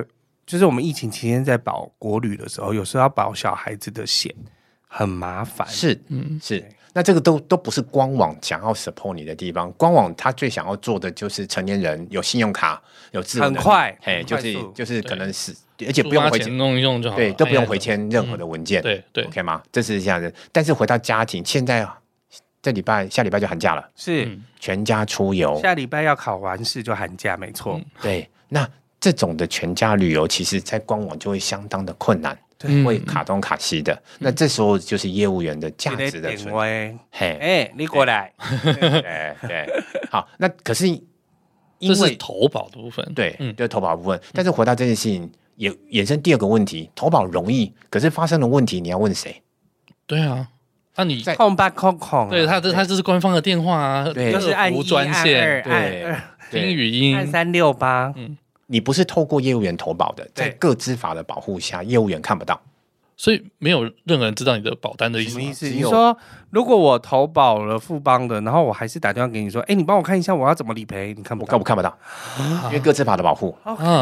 Speaker 1: 就是我们疫情期间在保国旅的时候，有时候要保小孩子的险，很麻烦。
Speaker 4: 是，嗯，是。那这个都都不是官网想要 support 你的地方，官网他最想要做的就是成年人有信用卡、有自由能力，
Speaker 1: 很快，
Speaker 4: 嘿，就是
Speaker 1: 很
Speaker 4: 就是可能是，而且不用回签
Speaker 2: 弄一用就好，
Speaker 4: 对，都不用回签任何的文件，
Speaker 2: 嗯、对对
Speaker 4: ，OK 吗？这是这样的。但是回到家庭，现在这礼拜下礼拜就寒假了，
Speaker 1: 是、
Speaker 2: 嗯、
Speaker 4: 全家出游，
Speaker 1: 下礼拜要考完试就寒假，没错、嗯。
Speaker 4: 对，那这种的全家旅游，其实在官网就会相当的困难。会卡东卡西的、嗯，那这时候就是业务员的价值的存在。
Speaker 1: 嘿，哎、欸，你过来，
Speaker 4: 对对，好，那可是因为
Speaker 2: 这是投保的部分，
Speaker 4: 对，嗯，就是投保部分。但是回到这件事情，也衍生第二个问题：投保容易，可是发生了问题，你要问谁？
Speaker 2: 对啊，那你
Speaker 1: 在空吧空空、啊，
Speaker 2: 对他这他这是官方的电话啊，
Speaker 1: 对，就是按一、
Speaker 2: 专线，
Speaker 1: 对，
Speaker 2: 听语音，
Speaker 1: 按三六八，
Speaker 4: 嗯。你不是透过业务员投保的，在个资法的保护下，业务员看不到，
Speaker 2: 所以没有任何人知道你的保单的意思。
Speaker 1: 什么意思？你说如果我投保了富邦的，然后我还是打电话给你说，哎，你帮我看一下我要怎么理赔？你看不到？
Speaker 4: 我看不看不到？因为个资法的保护。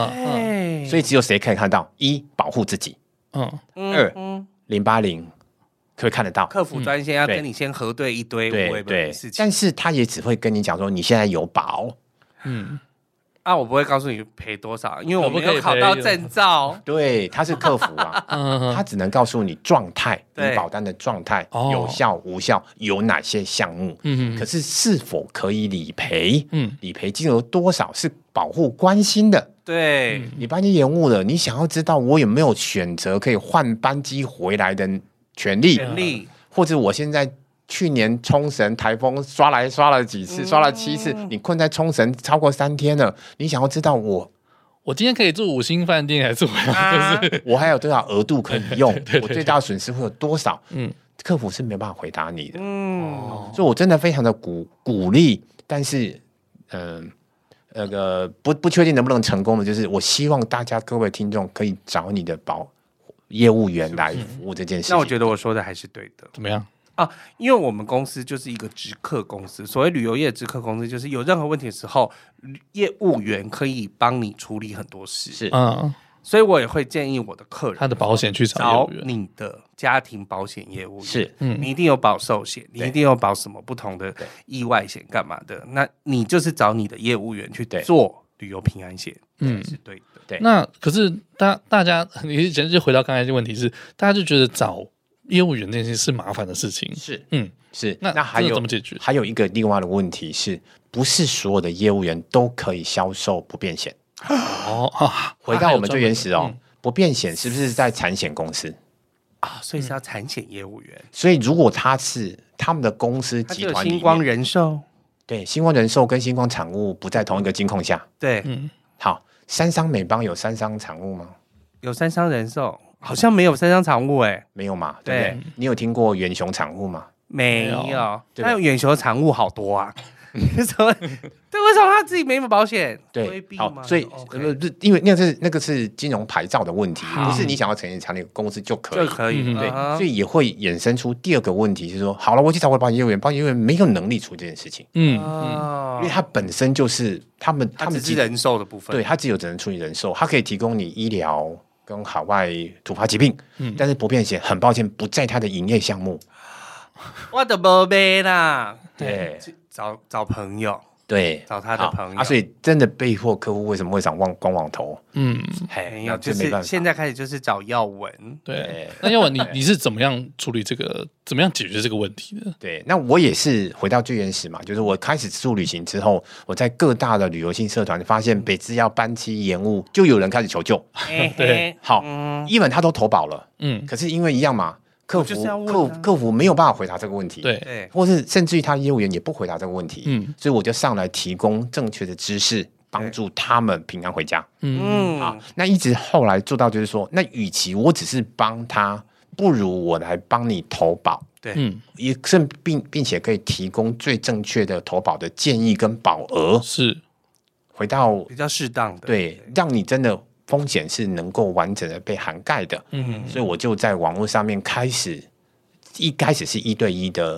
Speaker 1: OK，
Speaker 4: 所以只有谁可以看到？一，保护自己。嗯。二，零八零可以看得到。
Speaker 1: 客服专线要跟你先核对一堆
Speaker 4: 对对事情，但是他也只会跟你讲说你现在有保。嗯。
Speaker 1: 啊，我不会告诉你赔多少，因为我没有考到证照。
Speaker 4: 对，他是客服啊，他只能告诉你状态，你保单的状态有效无效，有哪些项目。嗯，可是是否可以理赔？嗯，理赔金额多少是保护关心的。
Speaker 1: 对，
Speaker 4: 你班机延误了，你想要知道我有没有选择可以换班机回来的权利？
Speaker 1: 权利，
Speaker 4: 或者我现在。去年冲绳台风刷来刷了几次，刷了七次，你困在冲绳超过三天了，你想要知道我，
Speaker 2: 我今天可以住五星饭店还是怎么样？
Speaker 4: 啊、就是我还有多少额度可以用？对对对对，我最大损失会有多少？嗯，客服是没办法回答你的。嗯，所以我真的非常的鼓鼓励，但是，嗯、呃，那个不不确定能不能成功的，就是我希望大家各位听众可以找你的保业务员来服务这件事情。
Speaker 1: 那我觉得我说的还是对的。
Speaker 2: 怎么样？
Speaker 1: 啊，因为我们公司就是一个直客公司，所谓旅游业直客公司，就是有任何问题的时候，业务员可以帮你处理很多事。
Speaker 4: 是，
Speaker 2: 嗯，
Speaker 1: 所以我也会建议我的客人，
Speaker 2: 他的保险去
Speaker 1: 找你的家庭保险业务员。
Speaker 4: 是，
Speaker 1: 嗯，你一定有保寿险，你一定有保什么不同的意外险干嘛的，那你就是找你的业务员去做旅游平安险，嗯，是对的。
Speaker 2: 对，那可是大大家，你就回到刚才的问题是，大家就觉得找业务员这件事是麻烦的事情，
Speaker 4: 是，嗯，是。
Speaker 2: 那
Speaker 4: 那还有
Speaker 2: 怎么解决？
Speaker 4: 还有一个另外的问题是，不是所有的业务员都可以销售不便险？
Speaker 2: 哦啊，
Speaker 4: 回到我们最原始哦，嗯、不便险是不是在产险公司
Speaker 1: 啊？所以是要产险业务员。
Speaker 4: 嗯、所以如果他是他们的公司集团里面，
Speaker 1: 星光人寿，
Speaker 4: 对，星光人寿跟星光产物不在同一个金控下。
Speaker 1: 对，嗯，
Speaker 4: 好，三商美邦有三商产物吗？
Speaker 1: 有三商人寿。好像没有三商产物哎、欸，
Speaker 4: 没有嘛，对不对？你有听过远雄产物吗？
Speaker 1: 没有，但有远雄产物好多啊。什么？对，为什么他自己没有保险？
Speaker 4: 对，好，所以呃，因为那个是那个是金融牌照的问题，不是你想要成立成立公司就可以
Speaker 1: 就可以。
Speaker 4: 对，所以也会衍生出第二个问题，是说，好了，我去找我的保险业务员，保险业务员没有能力处理这件事情。嗯嗯，因为他本身就是他们他们
Speaker 1: 只是人寿的部分，
Speaker 4: 对他只有只能处理人寿，他可以提供你医疗跟海外突发疾病，嗯，但是不便险很抱歉不在他的营业项目。
Speaker 1: 我的宝贝啦，
Speaker 4: 对，
Speaker 1: 找找朋友，
Speaker 4: 对，
Speaker 1: 找他的朋友
Speaker 4: 啊，所以真的被迫客户为什么会上网官网投？嗯，
Speaker 1: 嘿，那就是现在开始就是找耀文，
Speaker 2: 对，那耀文你你是怎么样处理这个，怎么样解决这个问题的？
Speaker 4: 对，那我也是回到最原始嘛，就是我开始自助旅行之后，我在各大的旅游性社团发现北至要班期延误，就有人开始求救。
Speaker 2: 对，
Speaker 4: 好，一本他都投保了，嗯，可是因为一样嘛。客服客服客服没有办法回答这个问题，
Speaker 2: 对，
Speaker 4: 或是甚至于他的业务员也不回答这个问题，嗯，所以我就上来提供正确的知识，帮助他们平安回家，嗯啊，那一直后来做到就是说，那与其我只是帮他，不如我来帮你投保，
Speaker 1: 对，嗯，
Speaker 4: 也甚并并且可以提供最正确的投保的建议跟保额，
Speaker 2: 是
Speaker 4: 回到
Speaker 1: 比较适当的，
Speaker 4: 对，让你真的。风险是能够完整的被涵盖的，嗯，所以我就在网络上面开始，一开始是一对一的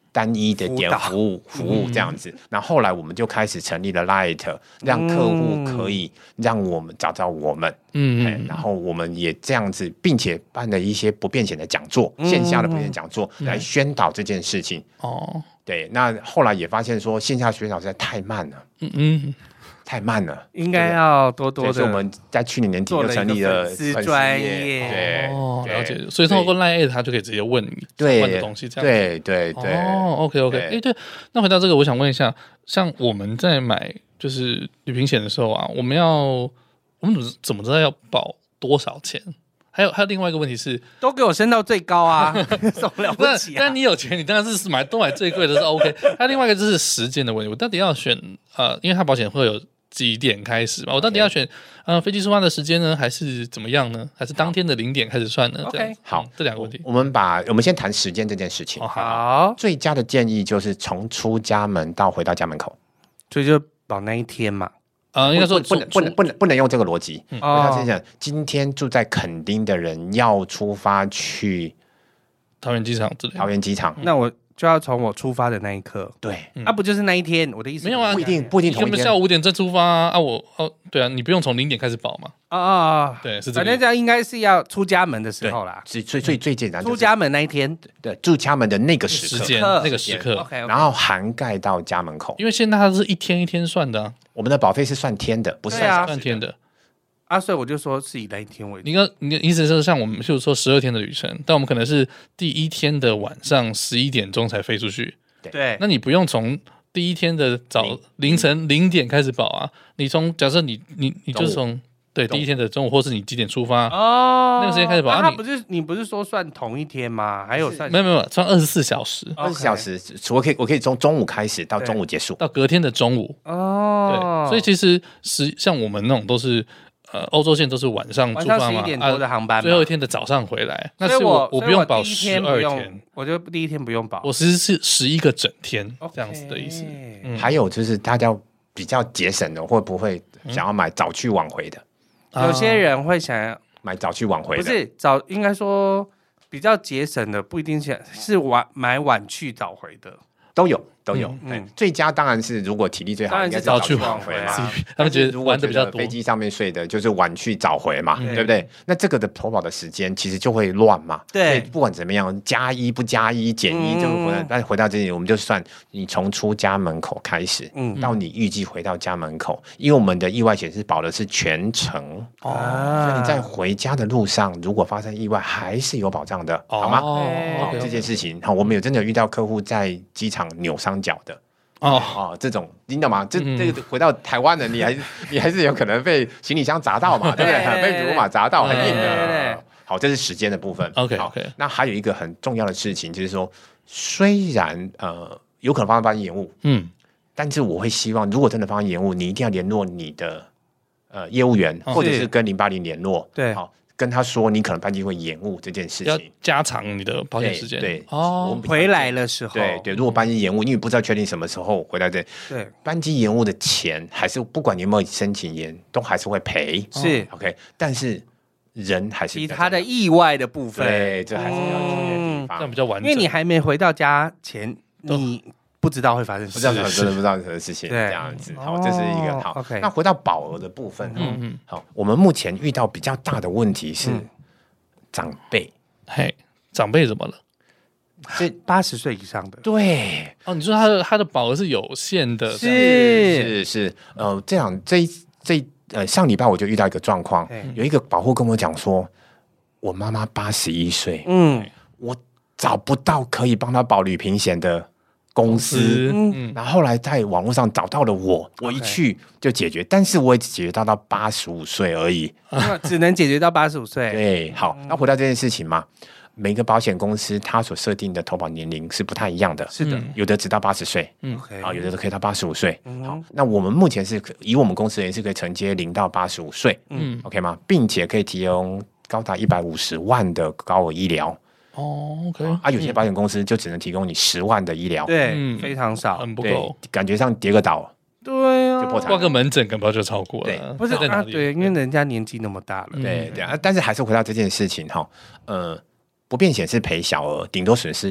Speaker 4: 单一的点服务服务这样子，那、嗯、后来我们就开始成立了 Light， 让客户可以让我们找到我们，嗯、欸，然后我们也这样子，并且办了一些不便险的讲座，嗯、线下的不便险讲座、嗯、来宣导这件事情。哦，对，那后来也发现说线下宣导实在太慢了，嗯嗯。太慢了，
Speaker 1: 应该要多多的。
Speaker 4: 所以我们在去年年底就成立了粉丝专业，
Speaker 2: 对，哦，了解。所以通过 LINE 他就可以直接问你相关的东西，这样。
Speaker 4: 对对对。
Speaker 2: 哦 ，OK OK， 哎，对。那回到这个，我想问一下，像我们在买就是旅行险的时候啊，我们要我们怎么怎么知道要保多少钱？还有还有另外一个问题是，
Speaker 1: 都给我升到最高啊，怎么了不起啊？
Speaker 2: 但你有钱，你当然是买都买最贵的是 OK。还有另外一个就是时间的问题，我到底要选呃，因为它保险会有几点开始嘛？我到底要选呃飞机出发的时间呢，还是怎么样呢？还是当天的零点开始算呢？
Speaker 1: OK，
Speaker 4: 好，
Speaker 2: 这两个问题，
Speaker 4: 我们把我们先谈时间这件事情。
Speaker 1: 哦、好，
Speaker 4: 最佳的建议就是从出家门到回到家门口，
Speaker 1: 所以就保那一天嘛。
Speaker 2: 呃，应该说
Speaker 4: 不能不能不能不能用这个逻辑。嗯，我先讲，今天住在垦丁的人要出发去
Speaker 2: 桃园机场之类，
Speaker 4: 桃园机场，
Speaker 1: 那我就要从我出发的那一刻。
Speaker 4: 对，
Speaker 1: 嗯、啊，不就是那一天？我的意思
Speaker 2: 没有啊，
Speaker 4: 不一定不一定同一天。
Speaker 2: 你根本下午五点再出发啊！啊我哦，对啊，你不用从零点开始保嘛。
Speaker 1: 啊啊啊！
Speaker 2: 对，是这个。
Speaker 1: 反正这样应该是要出家门的时候啦。
Speaker 4: 最最最最简单、就是，
Speaker 1: 出家门那一天，
Speaker 4: 对，出家门的那个时刻，
Speaker 2: 时间那个时刻，
Speaker 1: okay, okay.
Speaker 4: 然后涵盖到家门口。
Speaker 2: 因为现在它是一天一天算的、啊，
Speaker 4: 我们的保费是算天的，不是算、
Speaker 1: 啊、
Speaker 2: 算天的。
Speaker 1: 啊，所以我就说是以那一天为主。
Speaker 2: 你跟你的意思是，像我们就是说十二天的旅程，但我们可能是第一天的晚上十一点钟才飞出去。
Speaker 1: 对，
Speaker 2: 那你不用从第一天的早凌晨零点开始保啊，你从假设你你你就是从对第一天的中午，或是你几点出发哦，那个时间开始保。
Speaker 1: 啊，他不是你不是说算同一天吗？还有算
Speaker 2: 没有没有算二十四小时，
Speaker 4: 二十四小时，我可以我可以从中午开始到中午结束，
Speaker 2: 到隔天的中午哦。对，所以其实是像我们那种都是。呃，欧洲线都是晚上出发嘛，
Speaker 1: 晚上十一点多的航班、啊，
Speaker 2: 最后一天的早上回来。那是我我不用保十二天，
Speaker 1: 我就第一天不用保，
Speaker 2: 我其实是十一个整天这样子的意思。
Speaker 4: 嗯、还有就是大家比较节省的，会不会想要买早去晚回的？
Speaker 1: 嗯、有些人会想要
Speaker 4: 买早去晚回的，
Speaker 1: 不是早，应该说比较节省的，不一定是是晚买晚去早回的。
Speaker 4: 都有都有、嗯嗯，最佳当然是如果体力最好，
Speaker 1: 当然是早去晚回
Speaker 2: 嘛。他们觉得玩的比较多，
Speaker 4: 飞机上面睡的就是晚去早回嘛，对不对？那这个的投保的时间其实就会乱嘛。
Speaker 1: 对，
Speaker 4: 不管怎么样，加一不加一减一，这个回但回到这里，我们就算你从出家门口开始，嗯，到你预计回到家门口，因为我们的意外险是保的是全程哦，所以你在回家的路上，如果发生意外，还是有保障的，好吗？哦，这件事情，好，我们有真的遇到客户在机场扭伤脚的。哦哦，这种你懂吗？这这个回到台湾人，你还是你还是有可能被行李箱砸到嘛，对不对？被罗马砸到，很硬的。好，这是时间的部分。
Speaker 2: OK
Speaker 4: OK。那还有一个很重要的事情，就是说，虽然呃有可能发生班机延误，嗯，但是我会希望，如果真的发生延误，你一定要联络你的呃业务员，或者是跟零八零联络，
Speaker 1: 对，
Speaker 4: 好。跟他说你可能班机会延误这件事情，
Speaker 2: 要加长你的保险时间。
Speaker 4: 对，
Speaker 1: 哦，回来的时候，
Speaker 4: 对对，如果班机延误，因为不知道确定什么时候回来的，
Speaker 1: 对，
Speaker 4: 班机延误的钱还是不管你有没有申请延，都还是会赔。
Speaker 1: 是
Speaker 4: OK， 但是人还是
Speaker 1: 其他的意外的部分，
Speaker 4: 对，这还是要注意的地方，
Speaker 2: 这样比较完整。
Speaker 1: 因为你还没回到家前，你不知道会发生什么，
Speaker 4: 不知道真的不知道什么事情，这样子。好，这是一个好。
Speaker 1: OK，
Speaker 4: 那回到保额的部分，嗯嗯，好，我们目前遇到比较大的问题是。长辈，
Speaker 2: 嘿，长辈怎么了？
Speaker 1: 这八十岁以上的，
Speaker 4: 对
Speaker 2: 哦，你说他的他的保额是有限的，
Speaker 1: 是
Speaker 4: 是是，呃，这样这这呃上礼拜我就遇到一个状况，有一个保户跟我讲说，我妈妈八十一岁，嗯，我找不到可以帮她保旅平险的公司，嗯，然后后来在网络上找到了我，我一去就解决，但是我也只解决到到八十五岁而已，
Speaker 1: 只能解决到八十五岁。
Speaker 4: 对，好，那回到这件事情嘛，每个保险公司它所设定的投保年龄是不太一样的，
Speaker 1: 是的，
Speaker 4: 有的只到八十岁，嗯，啊，有的可以到八十五岁，
Speaker 1: 嗯，
Speaker 4: 好，那我们目前是以我们公司而言是可以承接零到八十五岁，嗯 ，OK 吗？并且可以提供高达一百五十万的高额医疗。
Speaker 2: 哦 ，OK，
Speaker 4: 啊，有些保险公司就只能提供你十万的医疗，
Speaker 1: 对，嗯，非常少，
Speaker 2: 很不够，
Speaker 4: 感觉上跌个倒，
Speaker 1: 对啊，
Speaker 4: 就破产，
Speaker 2: 挂个门诊根本就超过了，
Speaker 1: 对，不是啊，对，因为人家年纪那么大了，
Speaker 4: 对对啊，但是还是回到这件事情哈，呃，不便险是赔小额，顶多损失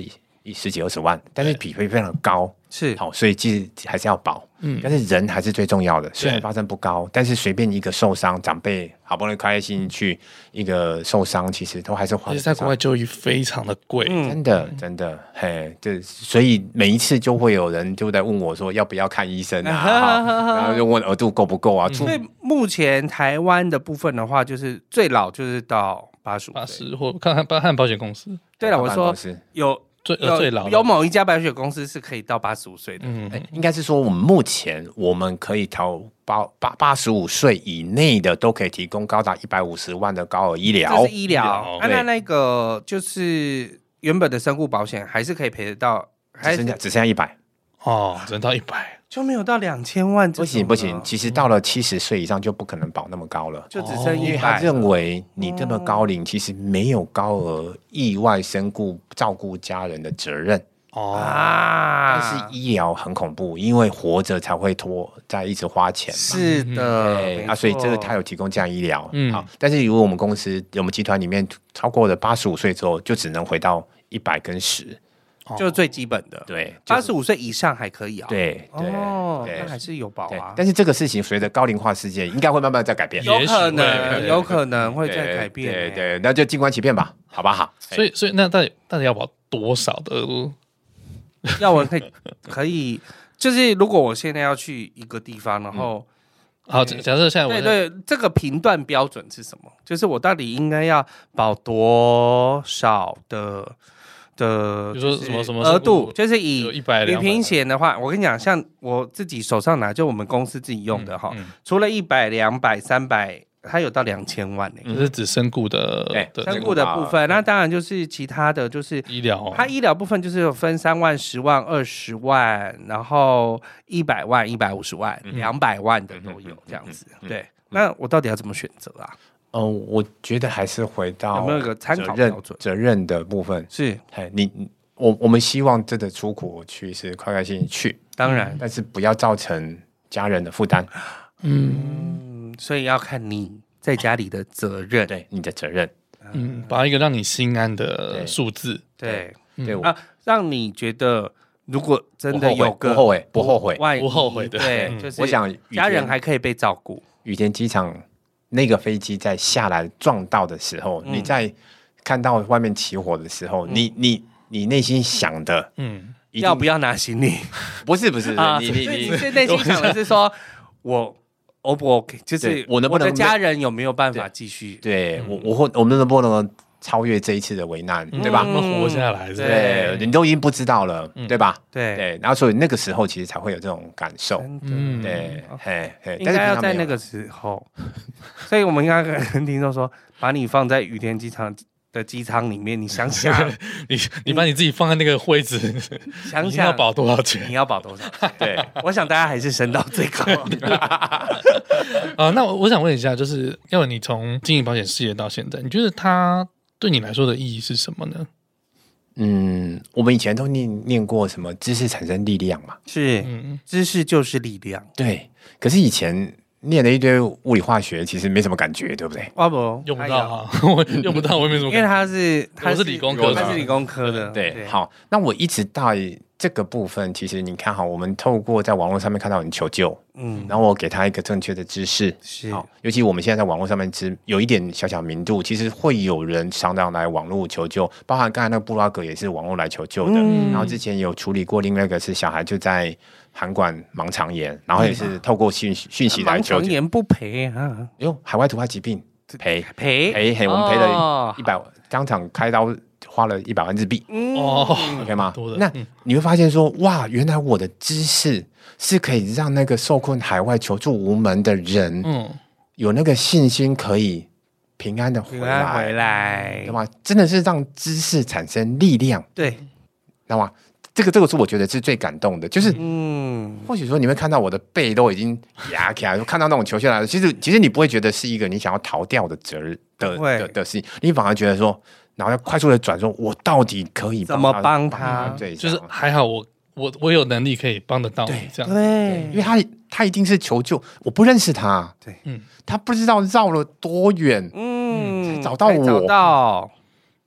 Speaker 4: 十几二十万，但是比费非常高，
Speaker 1: 是
Speaker 4: 好，所以其实还是要保。
Speaker 2: 嗯，
Speaker 4: 但是人还是最重要的。虽然发生不高，但是随便一个受伤，长辈好不容易开开心心去一个受伤，其实都还是花。
Speaker 2: 而且在国外就医非常的贵，
Speaker 1: 嗯
Speaker 4: 真的真的，嘿，这所以每一次就会有人就在问我说要不要看医生啊，然后就问额度够不够啊。
Speaker 1: 所以目前台湾的部分的话，就是最老就是到八十五
Speaker 2: 八十或看看看保险公司。
Speaker 1: 对了，我说有。
Speaker 2: 最呃最老
Speaker 1: 有某一家保险公司是可以到八十五岁的，
Speaker 2: 嗯，
Speaker 4: 欸、应该是说我们目前我们可以调八八八十五岁以内的都可以提供高达一百五十万的高额医疗，
Speaker 1: 这是医疗。啊，那那个就是原本的身故保险还是可以赔得到，
Speaker 4: 只剩下只剩下一百
Speaker 2: 哦，只能到一百。
Speaker 1: 就没有到两千万，
Speaker 4: 不行不行，其实到了七十岁以上就不可能保那么高了，
Speaker 1: 就只剩一百。
Speaker 4: 因为他认为你这么高龄，其实没有高额意外身故照顾家人的责任
Speaker 2: 哦
Speaker 1: 啊。
Speaker 4: 但是医疗很恐怖，因为活着才会拖在一直花钱嘛。
Speaker 1: 是的，
Speaker 4: 对啊，所以这个他有提供这样医疗，
Speaker 2: 嗯，
Speaker 4: 好，但是如果我们公司我们集团里面超过了八十五岁之后，就只能回到一百跟十。
Speaker 1: 就是最基本的，
Speaker 4: 对，
Speaker 1: 八十五岁以上还可以啊。
Speaker 4: 对对
Speaker 1: 哦，那还是有保啊。
Speaker 4: 但是这个事情随着高龄化事件，应该会慢慢在改变，
Speaker 1: 有可能，有可能会再改变。
Speaker 4: 对对，那就静观其变吧，好不好？
Speaker 2: 所以所以那到底到底要保多少的额度？
Speaker 1: 要我可以可以，就是如果我现在要去一个地方，然后
Speaker 2: 好，假设现在我
Speaker 1: 对对，这个评断标准是什么？就是我到底应该要保多少的？的，
Speaker 2: 比如说什么什么
Speaker 1: 额度，就是以
Speaker 2: 一百
Speaker 1: 旅平险的话，我跟你讲，像我自己手上拿，就我们公司自己用的哈，除了一百、两百、三百，它有到两千万呢。
Speaker 2: 这是指身故的
Speaker 1: 身故的部分，那当然就是其他的就是
Speaker 2: 医疗，
Speaker 1: 它医疗部分就是有分三万、十万、二十万，然后一百万、一百五十万、两百万的都有这样子。对，那我到底要怎么选择啊？
Speaker 4: 嗯、呃，我觉得还是回到
Speaker 1: 有没有一个参考标准？
Speaker 4: 责任的部分
Speaker 1: 是，
Speaker 4: 哎，你我我们希望真的出国去是开开心心去，
Speaker 1: 当然，
Speaker 4: 但是不要造成家人的负担。
Speaker 1: 嗯，所以要看你在家里的责任，
Speaker 4: 对你的责任，
Speaker 2: 嗯，把一个让你心安的数字，
Speaker 1: 对
Speaker 4: 对
Speaker 1: 啊，让你觉得如果真的有个
Speaker 4: 不后悔，不后悔，
Speaker 2: 不后悔的，
Speaker 1: 对，就是
Speaker 4: 我想
Speaker 1: 家人还可以被照顾。
Speaker 4: 羽田机场。那个飞机在下来撞到的时候，嗯、你在看到外面起火的时候，嗯、你你你内心想的，
Speaker 2: 嗯，
Speaker 1: 要不要拿行李？
Speaker 4: 不是不是，
Speaker 1: 啊、
Speaker 4: 你你你
Speaker 1: 是内心想的是说，我 O 不 OK？ 就是
Speaker 4: 我能不能
Speaker 1: 我的家人有没有办法继续？
Speaker 4: 对我我或我们能不能超越这一次的危难，对吧？
Speaker 2: 我们活下来，
Speaker 4: 对，你都已经不知道了，对吧？
Speaker 1: 对
Speaker 4: 对，然后所以那个时候其实才会有这种感受，
Speaker 1: 嗯，
Speaker 4: 对，嘿嘿，
Speaker 1: 应该要在那个时候，所以我们应该跟听众说，把你放在羽田机场的机舱里面，你想想，
Speaker 2: 你你把你自己放在那个位置，
Speaker 1: 想想
Speaker 2: 要保多少钱？
Speaker 1: 你要保多少？
Speaker 4: 对，
Speaker 1: 我想大家还是升到最高。
Speaker 2: 啊，那我我想问一下，就是要你从经营保险事业到现在，你觉得它对你来说的意义是什么呢？
Speaker 4: 嗯，我们以前都念念过什么知识产生力量嘛，
Speaker 1: 是，嗯、知识就是力量。
Speaker 4: 对，可是以前念了一堆物理化学，其实没什么感觉，对不对？
Speaker 1: 哇不，
Speaker 2: 用不到啊，我用不到，我也没什么感觉，
Speaker 1: 因为他是他
Speaker 2: 是理工科，
Speaker 1: 他是理工科的。
Speaker 4: 对，对好，那我一直到这个部分，其实你看哈，我们透过在网络上面看到人求救，嗯，然后我给他一个正确的知识，
Speaker 1: 是
Speaker 4: 好，尤其我们现在在网络上面知有一点小小明度，其实会有人常常来网络求救，包含刚才那个布拉格也是网络来求救的，嗯、然后之前有处理过另外一个是小孩就在函馆盲肠炎，然后也是透过讯讯息来求救，
Speaker 1: 盲肠炎不赔啊，
Speaker 4: 哟，海外突发疾病赔
Speaker 1: 赔
Speaker 4: 赔赔，我们赔了一百，当场开刀。花了一百万日币，
Speaker 2: 哦
Speaker 4: ，OK 吗？那你会发现说，哇，原来我的知识是可以让那个受困海外求助无门的人，嗯，有那个信心可以平安的回来，
Speaker 1: 回来，
Speaker 4: 对吗？真的是让知识产生力量，
Speaker 1: 对，
Speaker 4: 知道吗？这个这个是我觉得是最感动的，就是，嗯，或许说你会看到我的背都已经压起来，看到那种球下来，其实其实你不会觉得是一个你想要逃掉的责任的的的事情，你反而觉得说。然后要快速的转说，我到底可以
Speaker 1: 怎么帮他？
Speaker 2: 对，就是还好我我我有能力可以帮得到你这样。
Speaker 1: 对，
Speaker 4: 因为他他一定是求救，我不认识他，
Speaker 1: 对，
Speaker 4: 嗯，他不知道绕了多远，嗯，找到我，
Speaker 1: 找到，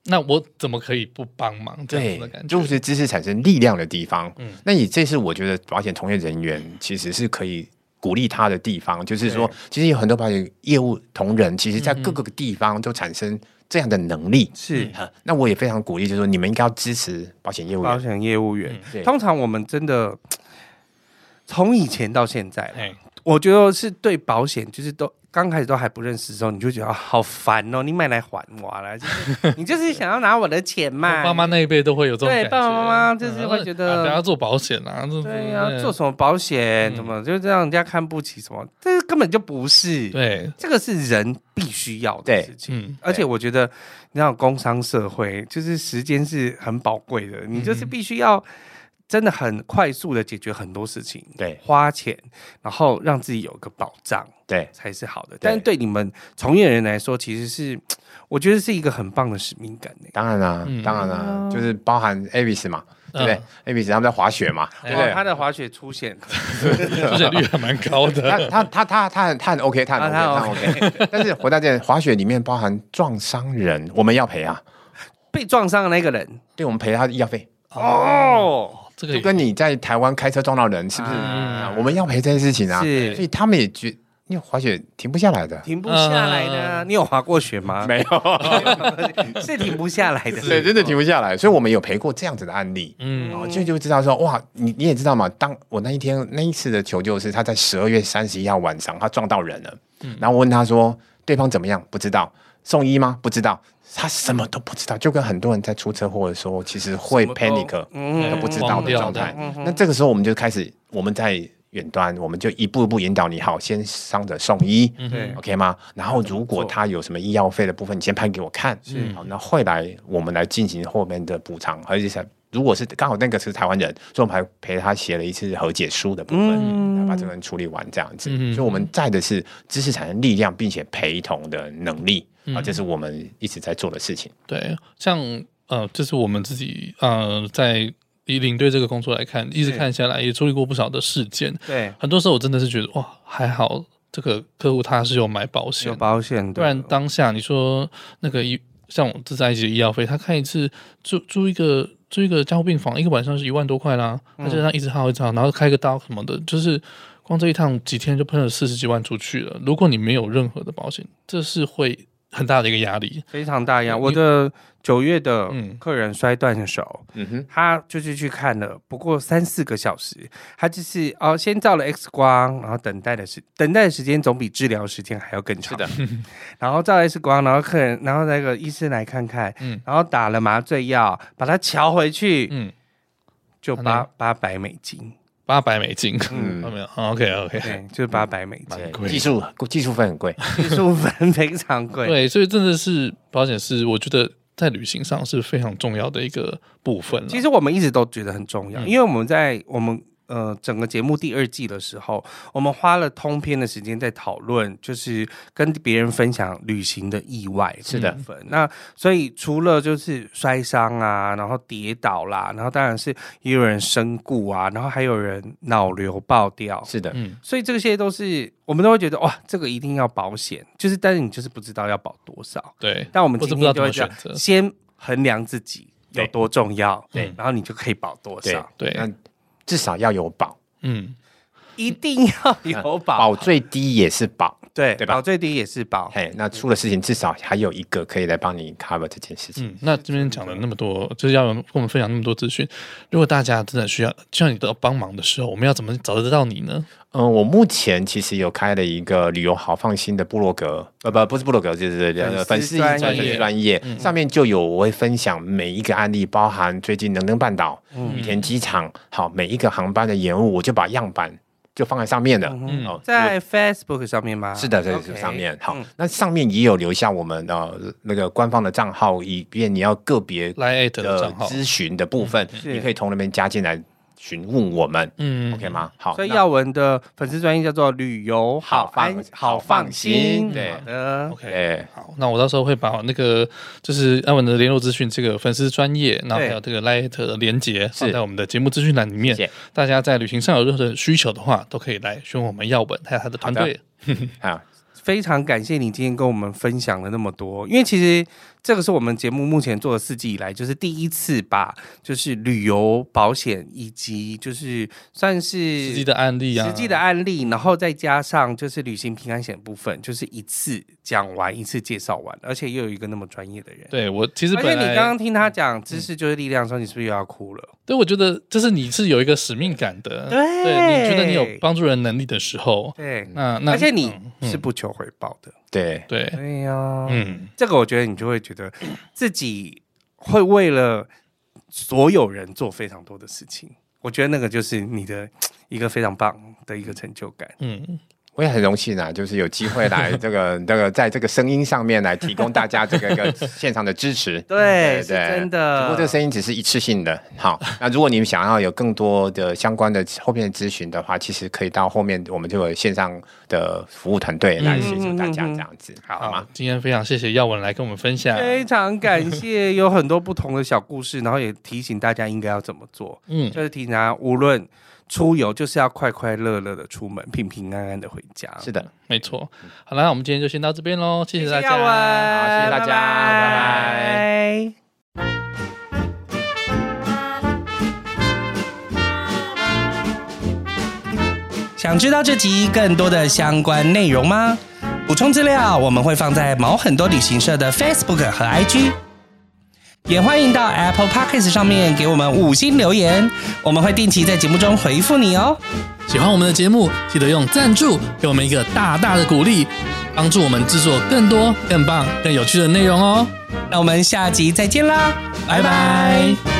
Speaker 2: 那我怎么可以不帮忙？这样子的感觉，
Speaker 4: 就是知识产生力量的地方。嗯，那你这是我觉得保险从业人员其实是可以鼓励他的地方，就是说，其实有很多保险业务同仁，其实在各个地方都产生这样的能力。
Speaker 1: 是，
Speaker 4: 那我也非常鼓励，就是说你们应该要支持保险业务员。
Speaker 1: 保险业务员，嗯、通常我们真的从以前到现在，我觉得是对保险就是都。刚开始都还不认识的时候，你就觉得、哦、好烦哦！你买来还我啦，就是你就是想要拿我的钱嘛。
Speaker 2: 爸妈那一辈都会有这种感觉，
Speaker 1: 对，爸爸妈妈就是会觉得，
Speaker 2: 不要、啊、做保险啊，
Speaker 1: 对呀、啊，做什么保险，怎么、嗯、就让人家看不起什么？这根本就不是，
Speaker 2: 对，
Speaker 1: 这个是人必须要的事情。嗯、而且我觉得，你知道，工商社会就是时间是很宝贵的，你就是必须要。真的很快速的解决很多事情，
Speaker 4: 对，
Speaker 1: 花钱，然后让自己有个保障，
Speaker 4: 对，
Speaker 1: 才是好的。但是对你们从业人来说，其实是我觉得是一个很棒的使命感。
Speaker 4: 当然啦、啊，嗯、当然啦、啊，就是包含 Avis 嘛，对不对、嗯、？Avis 他们在滑雪嘛，对不对？
Speaker 1: 他的滑雪出险
Speaker 2: 出险率还蛮高的。
Speaker 4: 他他他他他很他很 OK， 他很 OK， 他很 OK。但是回到这滑雪里面包含撞伤人，我们要赔啊。
Speaker 1: 被撞伤的那个人，
Speaker 4: 对，我们赔他医药费。
Speaker 1: 哦。
Speaker 2: 这个
Speaker 4: 就跟你在台湾开车撞到人，是不是？啊、我们要赔这件事情啊，
Speaker 1: 是，
Speaker 4: 所以他们也觉，因为滑雪停不下来的，
Speaker 1: 停不下来的、啊。你有滑过雪吗？
Speaker 4: 没有，
Speaker 1: 是停不下来的，
Speaker 4: 对，真的停不下来。所以我们有赔过这样子的案例，嗯，哦，就就知道说，哇，你你也知道嘛，当我那一天那一次的求救是他在十二月三十一号晚上，他撞到人了，嗯、然后我问他说，对方怎么样？不知道，送医吗？不知道。他什么都不知道，就跟很多人在出车祸的时候，其实会 panic， 都、嗯、都不知道的状态。嗯、那这个时候我们就开始，我们在远端，我们就一步一步引导你，好，先伤者送医、嗯、，OK 吗？然后如果他有什么医药费的部分，你先拍给我看，好，那后来我们来进行后面的补偿，而且如果是刚好那个是台湾人，所以我们还陪他写了一次和解书的部分，嗯、把这个人处理完这样子。嗯、所以我们在的是知识产生力量，并且陪同的能力。啊，这是我们一直在做的事情。
Speaker 2: 对，像呃，这是我们自己呃，在以领队这个工作来看，一直看下来也处理过不少的事件。
Speaker 1: 对，
Speaker 2: 很多时候我真的是觉得哇，还好这个客户他是有买保险，
Speaker 1: 有保险的，
Speaker 2: 不然当下你说那个医，像我这在一起的医药费，他看一次住住一个住一个加护病房，一个晚上是一万多块啦，他就这样一直耗一直耗，然后开个刀什么的，就是光这一趟几天就喷了四十几万出去了。如果你没有任何的保险，这是会很大的一个压力，
Speaker 1: 非常大压力。我的九月的客人摔断手，嗯、他就是去看了，不过三四个小时，他就是哦，先照了 X 光，然后等待的时等待的时间总比治疗时间还要更长。是的，然后照 X 光，然后客人，然后那个医生来看看，嗯、然后打了麻醉药，把他瞧回去，嗯、就八八百美金。
Speaker 2: 八百美金，嗯，没有 ，OK OK，
Speaker 1: 对，就是八百美金，
Speaker 4: 技术技术费很贵，
Speaker 1: 技术费非常贵，
Speaker 2: 对，所以真的是保险是我觉得在旅行上是非常重要的一个部分。
Speaker 1: 其实我们一直都觉得很重要，嗯、因为我们在我们呃整个节目第二季的时候，我们花了通篇的时间在讨论，就是跟别人分享旅行的意外的部分。那所以除了就是摔伤啊，然后跌倒啦，然后当然是也有人身故啊，然后还有人脑瘤爆掉。
Speaker 4: 是的，
Speaker 1: 嗯，所以这些都是我们都会觉得哇，这个一定要保险，就是但是你就是不知道要保多少。
Speaker 2: 对，
Speaker 1: 但我们今天就会这样先衡量自己有多重要，对，然后你就可以保多少。
Speaker 2: 对。对
Speaker 4: 那至少要有保，
Speaker 1: 嗯，一定要有保，
Speaker 4: 保最低也是保，
Speaker 1: 对
Speaker 4: 对吧？
Speaker 1: 保最低也是保，
Speaker 4: 嘿，那出了事情至少还有一个可以来帮你 cover 这件事情。
Speaker 2: 嗯，那这边讲了那么多，就是要跟我们分享那么多资讯。如果大家真的需要需要你的帮忙的时候，我们要怎么找得到你呢？
Speaker 4: 嗯，我目前其实有开了一个旅游好放心的部落格，呃不不是部落格，就是粉丝专业专业，嗯、上面就有我会分享每一个案例，包含最近能登半岛、嗯、羽田机场，好每一个航班的延误，我就把样板就放在上面了。嗯
Speaker 1: 哦、在 Facebook 上面吗？
Speaker 4: 是的，在 Facebook 上面。Okay, 好、嗯，那上面也有留下我们呃那个官方的账号，以便你要个别的咨询的部分，嗯、你可以从那边加进来。询问我们，嗯 ，OK 吗？好，
Speaker 1: 所以耀文的粉丝专页叫做旅游好放好放心，
Speaker 4: 对
Speaker 1: 好的
Speaker 2: ，OK， 好，那我到时候会把那个就是耀文的联络资讯，这个粉丝专页，然后还有这个 Light 的连结放在我们的节目资讯栏里面。大家在旅行上有任何的需求的话，都可以来询问我们耀文还有他的团队。
Speaker 1: 好。非常感谢你今天跟我们分享了那么多，因为其实这个是我们节目目前做的四季以来，就是第一次把就是旅游保险以及就是算是
Speaker 2: 实际的案例啊，
Speaker 1: 实际的案例，然后再加上就是旅行平安险部分，就是一次讲完，一次介绍完，而且又有一个那么专业的人。
Speaker 2: 对我其实本来，
Speaker 1: 而且你刚刚听他讲知识就是力量的时候，你是不是又要哭了？
Speaker 2: 对，我觉得就是你是有一个使命感的，
Speaker 1: 对，
Speaker 2: 对，你觉得你有帮助人能力的时候，
Speaker 1: 对，
Speaker 2: 那那
Speaker 1: 而且你是不求回报的，
Speaker 4: 对
Speaker 2: 对
Speaker 1: 对呀、啊，
Speaker 2: 嗯，
Speaker 1: 这个我觉得你就会觉得自己会为了所有人做非常多的事情，我觉得那个就是你的一个非常棒的一个成就感。
Speaker 2: 嗯。
Speaker 4: 我也很荣幸啊，就是有机会来这个这个在这个声音上面来提供大家这个一个线上的支持。
Speaker 1: 对，是真的。
Speaker 4: 不过这个声音只是一次性的。好，那如果你们想要有更多的相关的后面的咨询的话，其实可以到后面我们就有线上的服务团队来协助大家这样子，
Speaker 1: 嗯、
Speaker 4: 好吗？
Speaker 2: 今天非常谢谢耀文来跟我们分享，
Speaker 1: 非常感谢，有很多不同的小故事，然后也提醒大家应该要怎么做。嗯，就是提醒大家无论出游就是要快快乐乐的出门，平平安安的回家。
Speaker 4: 是的，
Speaker 2: 没错。好了，那我们今天就先到这边喽，谢谢大家，
Speaker 1: 谢谢
Speaker 4: 好，谢谢大家，拜拜。
Speaker 3: 想知道这集更多的相关内容吗？补充资料我们会放在毛很多旅行社的 Facebook 和 I G。也欢迎到 Apple Podcast 上面给我们五星留言，我们会定期在节目中回复你哦。
Speaker 2: 喜欢我们的节目，记得用赞助给我们一个大大的鼓励，帮助我们制作更多、更棒、更有趣的内容哦。
Speaker 3: 那我们下集再见啦，拜拜。